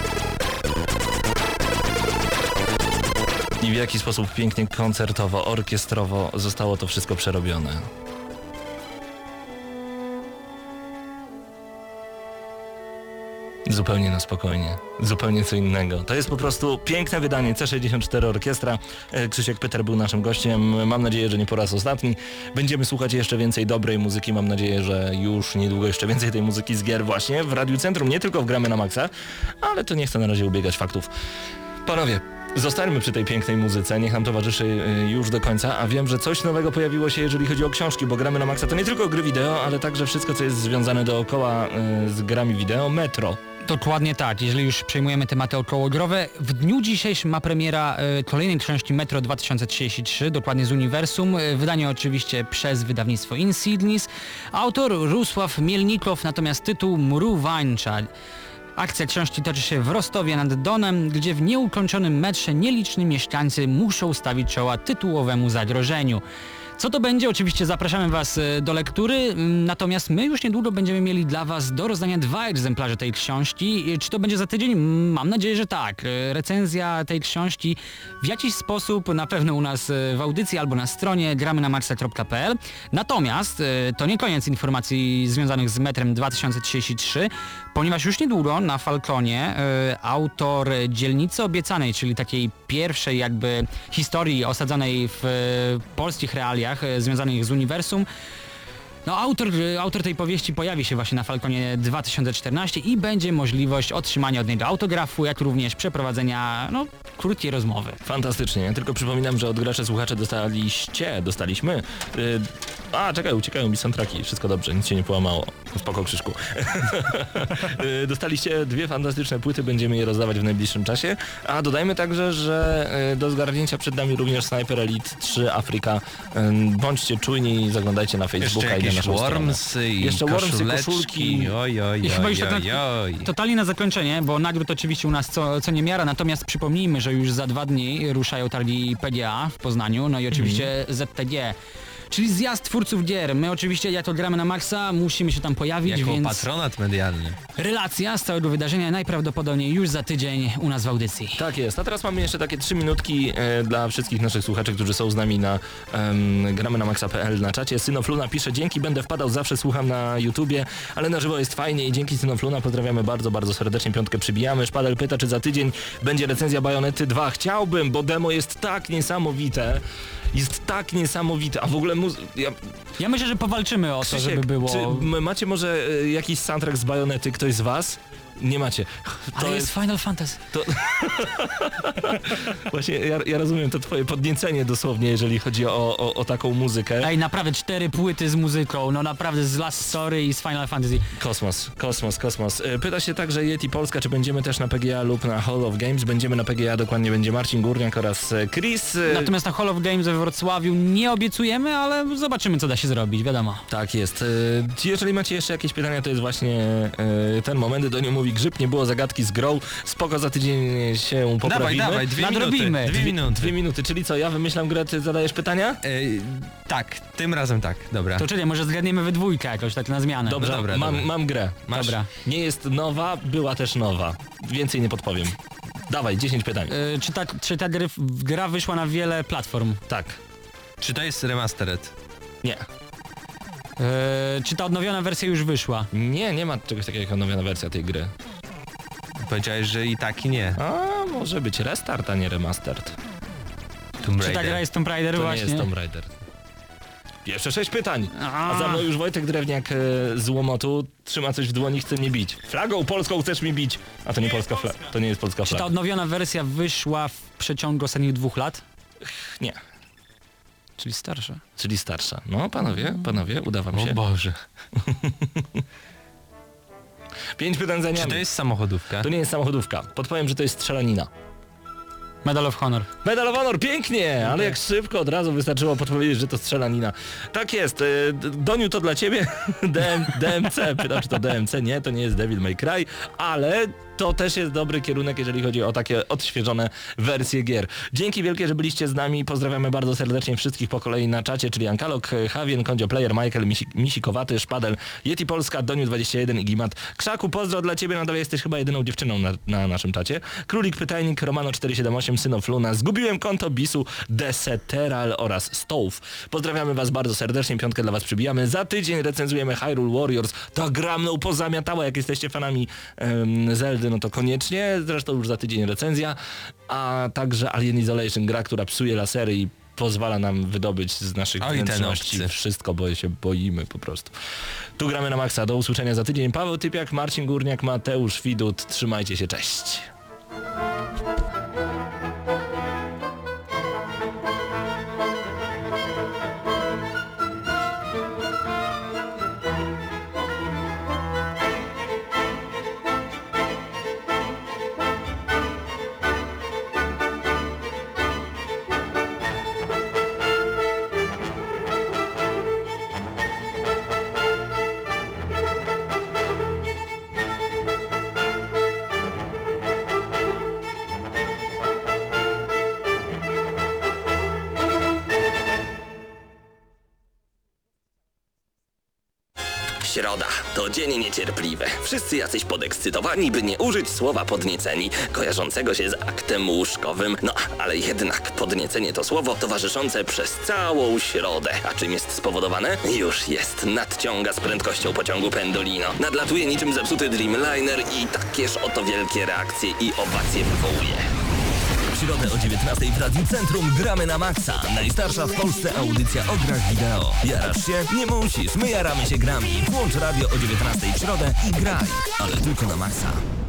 I w jaki sposób pięknie koncertowo, orkiestrowo zostało to wszystko przerobione. Zupełnie na spokojnie, zupełnie co innego. To jest po prostu piękne wydanie C sześćdziesiąt cztery Orkiestra. Krzysiek Pyter był naszym gościem. Mam nadzieję, że nie po raz ostatni. Będziemy słuchać jeszcze więcej dobrej muzyki. Mam nadzieję, że już niedługo jeszcze więcej tej muzyki z gier właśnie w Radiu Centrum. Nie tylko w Gramy na Maxa, ale to nie chcę na razie ubiegać faktów. Panowie, zostańmy przy tej pięknej muzyce, niech nam towarzyszy już do końca, a wiem, że coś nowego pojawiło się, jeżeli chodzi o książki, bo Gramy na Maxa to nie tylko gry wideo, ale także wszystko, co jest związane dookoła z grami wideo. Metro. Dokładnie tak, jeżeli już przejmujemy tematy okołogrowe. W dniu dzisiejszym ma premiera y, kolejnej książki Metro dwa tysiące trzydzieści trzy, dokładnie z Uniwersum. Y, wydanie oczywiście przez wydawnictwo Insidnis. Autor Rusław Mielnikow, natomiast tytuł Mrówańcza. Akcja książki toczy się w Rostowie nad Donem, gdzie w nieukończonym metrze nieliczni mieszkańcy muszą stawić czoła tytułowemu zagrożeniu. Co to będzie? Oczywiście zapraszamy Was do lektury, natomiast my już niedługo będziemy mieli dla Was do rozdania dwa egzemplarze tej książki. Czy to będzie za tydzień? Mam nadzieję, że tak. Recenzja tej książki w jakiś sposób na pewno u nas w audycji albo na stronie gramy na maxa kropka p l. Natomiast to nie koniec informacji związanych z Metrem dwa tysiące trzydzieści trzy, ponieważ już niedługo na Falconie autor Dzielnicy Obiecanej, czyli takiej pierwszej jakby historii osadzonej w polskich realiach związanych z uniwersum. No autor, autor tej powieści pojawi się właśnie na Falconie dwa tysiące czternaście i będzie możliwość otrzymania od niego autografu, jak również przeprowadzenia no, krótkiej rozmowy. Fantastycznie. Ja tylko przypominam, że od graczy słuchacze dostaliście, dostaliśmy. Yy, a, czekaj, uciekają mi soundtracki. Wszystko dobrze, nic się nie połamało. Spoko, Krzyszku. yy, dostaliście dwie fantastyczne płyty, będziemy je rozdawać w najbliższym czasie. A dodajmy także, że yy, do zgarnięcia przed nami również Sniper Elite trzy Afryka. Yy, bądźcie czujni i zaglądajcie na Facebooka i na naszą Wormsy i Jeszcze Wormsy, koszuleczki. koszulki. Oj, oj, I chyba już oj, tak oj, na, oj. totalnie na zakończenie, bo nagród oczywiście u nas co, co niemiara, natomiast przypomnijmy, że już za dwa dni ruszają targi P G A w Poznaniu, no i oczywiście mm. Z T G. czyli zjazd twórców gier. My oczywiście, jak to gramy na maksa, musimy się tam pojawić, Jako więc patronat medialny. relacja z całego wydarzenia najprawdopodobniej już za tydzień u nas w audycji. Tak jest, a teraz mamy jeszcze takie trzy minutki e, dla wszystkich naszych słuchaczy, którzy są z nami na em, gramy na maxa kropka p l na czacie. Synofluna pisze, dzięki, będę wpadał, zawsze słucham na YouTubie, ale na żywo jest fajnie i dzięki Synofluna pozdrawiamy bardzo, bardzo serdecznie, piątkę przybijamy. Szpadel pyta, czy za tydzień będzie recenzja Bajonety dwa. Chciałbym, bo demo jest tak niesamowite, jest tak niesamowite, a w ogóle muzy- ja, Ja myślę, że powalczymy o to, Krzysiek, żeby było... czy m- macie może e, jakiś soundtrack z Bajonety, ktoś z was? Nie macie. To Ale jest Final Fantasy. Właśnie ja, ja rozumiem to twoje podniecenie dosłownie, jeżeli chodzi o, o, o taką muzykę. Ej, naprawdę cztery płyty z muzyką, no naprawdę z Last Story i z Final Fantasy. Kosmos, kosmos, kosmos. E, Pyta się także Yeti Polska, czy będziemy też na P G A lub na Hall of Games. Będziemy na P G A, dokładnie będzie Marcin Górniak oraz e, Chris. E, Natomiast na Hall of Games we Wrocławiu nie obiecujemy, ale zobaczymy, co da się zrobić, wiadomo. Tak jest. E, Jeżeli macie jeszcze jakieś pytania, to jest właśnie e, ten moment. Do niej mówi Grzyb, nie było zagadki z grą. Spoko, za tydzień się poprawimy. Dawaj, dawaj, dwie Nadrobimy. minuty. Dwie minuty. Dwie minuty, czyli co, ja wymyślam grę, ty zadajesz pytania? Ej, tak, tym razem tak, dobra. To czekaj, może zgadniemy we dwójkę jakoś tak na zmianę. Dobrze, No dobra, mam, dobra. mam grę. Masz? Dobra. Nie jest nowa, była też nowa. Więcej nie podpowiem. Dawaj, dziesięć pytań. Y, czy ta, czy ta gry, gra wyszła na wiele platform? Tak. Czy to jest remastered? Nie. Y, czy ta odnowiona wersja już wyszła? Nie, nie ma czegoś takiego jak odnowiona wersja tej gry. Powiedziałeś, że i tak i nie. A może być restart, a nie remastered. Tomb Czy ta Raider. gra jest Tomb Raider To właśnie? nie jest Tomb Raider. Jeszcze sześć pytań. A. A za mną już Wojtek Drewniak e, z Łomotu trzyma coś w dłoni, chce mnie bić. Flagą polską chcesz mi bić. A to nie polska flaga. To nie jest polska Czy ta flaga. odnowiona wersja wyszła w przeciągu ostatnich dwóch lat? Nie. Czyli starsza. Czyli starsza. No panowie, panowie, uda wam O się. Boże. Pięć pytań za Czy nami. to jest samochodówka? To nie jest samochodówka. Podpowiem, że to jest strzelanina. Medal of Honor. Medal of Honor, pięknie, ale jak szybko od razu wystarczyło podpowiedzieć, że to strzelanina. Tak jest, e, D- Doniu, to dla ciebie D M, D M C, pytam, czy to D M C, nie, to nie jest Devil May Cry, ale to też jest dobry kierunek, jeżeli chodzi o takie odświeżone wersje gier. Dzięki wielkie, że byliście z nami, pozdrawiamy bardzo serdecznie wszystkich po kolei na czacie, czyli Ankalog, Havien, Kondzio Player, Michael, Misi, Misikowaty, Szpadel, Yeti Polska, Doniu dwadzieścia jeden i Gimat. Krzaku, pozdro dla ciebie, nadal jesteś chyba jedyną dziewczyną na, na naszym czacie. Królik Pytajnik, Romano cztery siedem osiem, Synofluna, Zgubiłem konto, Bisu, Deseteral oraz Stołów. Pozdrawiamy was bardzo serdecznie, piątkę dla was przybijamy. Za tydzień recenzujemy Hyrule Warriors. Ta gra mną pozamiatała, jak jesteście fanami um, Zeldy, no to koniecznie. Zresztą już za tydzień recenzja. A także Alien Isolation, gra, która psuje lasery i pozwala nam wydobyć z naszych Oj, ten wnętrzności obcy. wszystko, bo się boimy po prostu. Tu gramy na maksa. Do usłyszenia za tydzień. Paweł Typiak, Marcin Górniak, Mateusz Widut. Trzymajcie się, cześć. Środa to dzień niecierpliwy. Wszyscy jacyś podekscytowani, by nie użyć słowa podnieceni, kojarzącego się z aktem łóżkowym. No, ale jednak podniecenie to słowo towarzyszące przez całą środę. A czym jest spowodowane? Już jest. Nadciąga z prędkością pociągu Pendolino. Nadlatuje niczym zepsuty Dreamliner i takież oto wielkie reakcje i owacje wywołuje. W środę o dziewiętnastej w Radiu Centrum gramy na maksa. Najstarsza w Polsce audycja o grach wideo. Jarasz się? Nie musisz. My jaramy się grami. Włącz radio o dziewiętnastej w środę i graj. Ale tylko na maksa.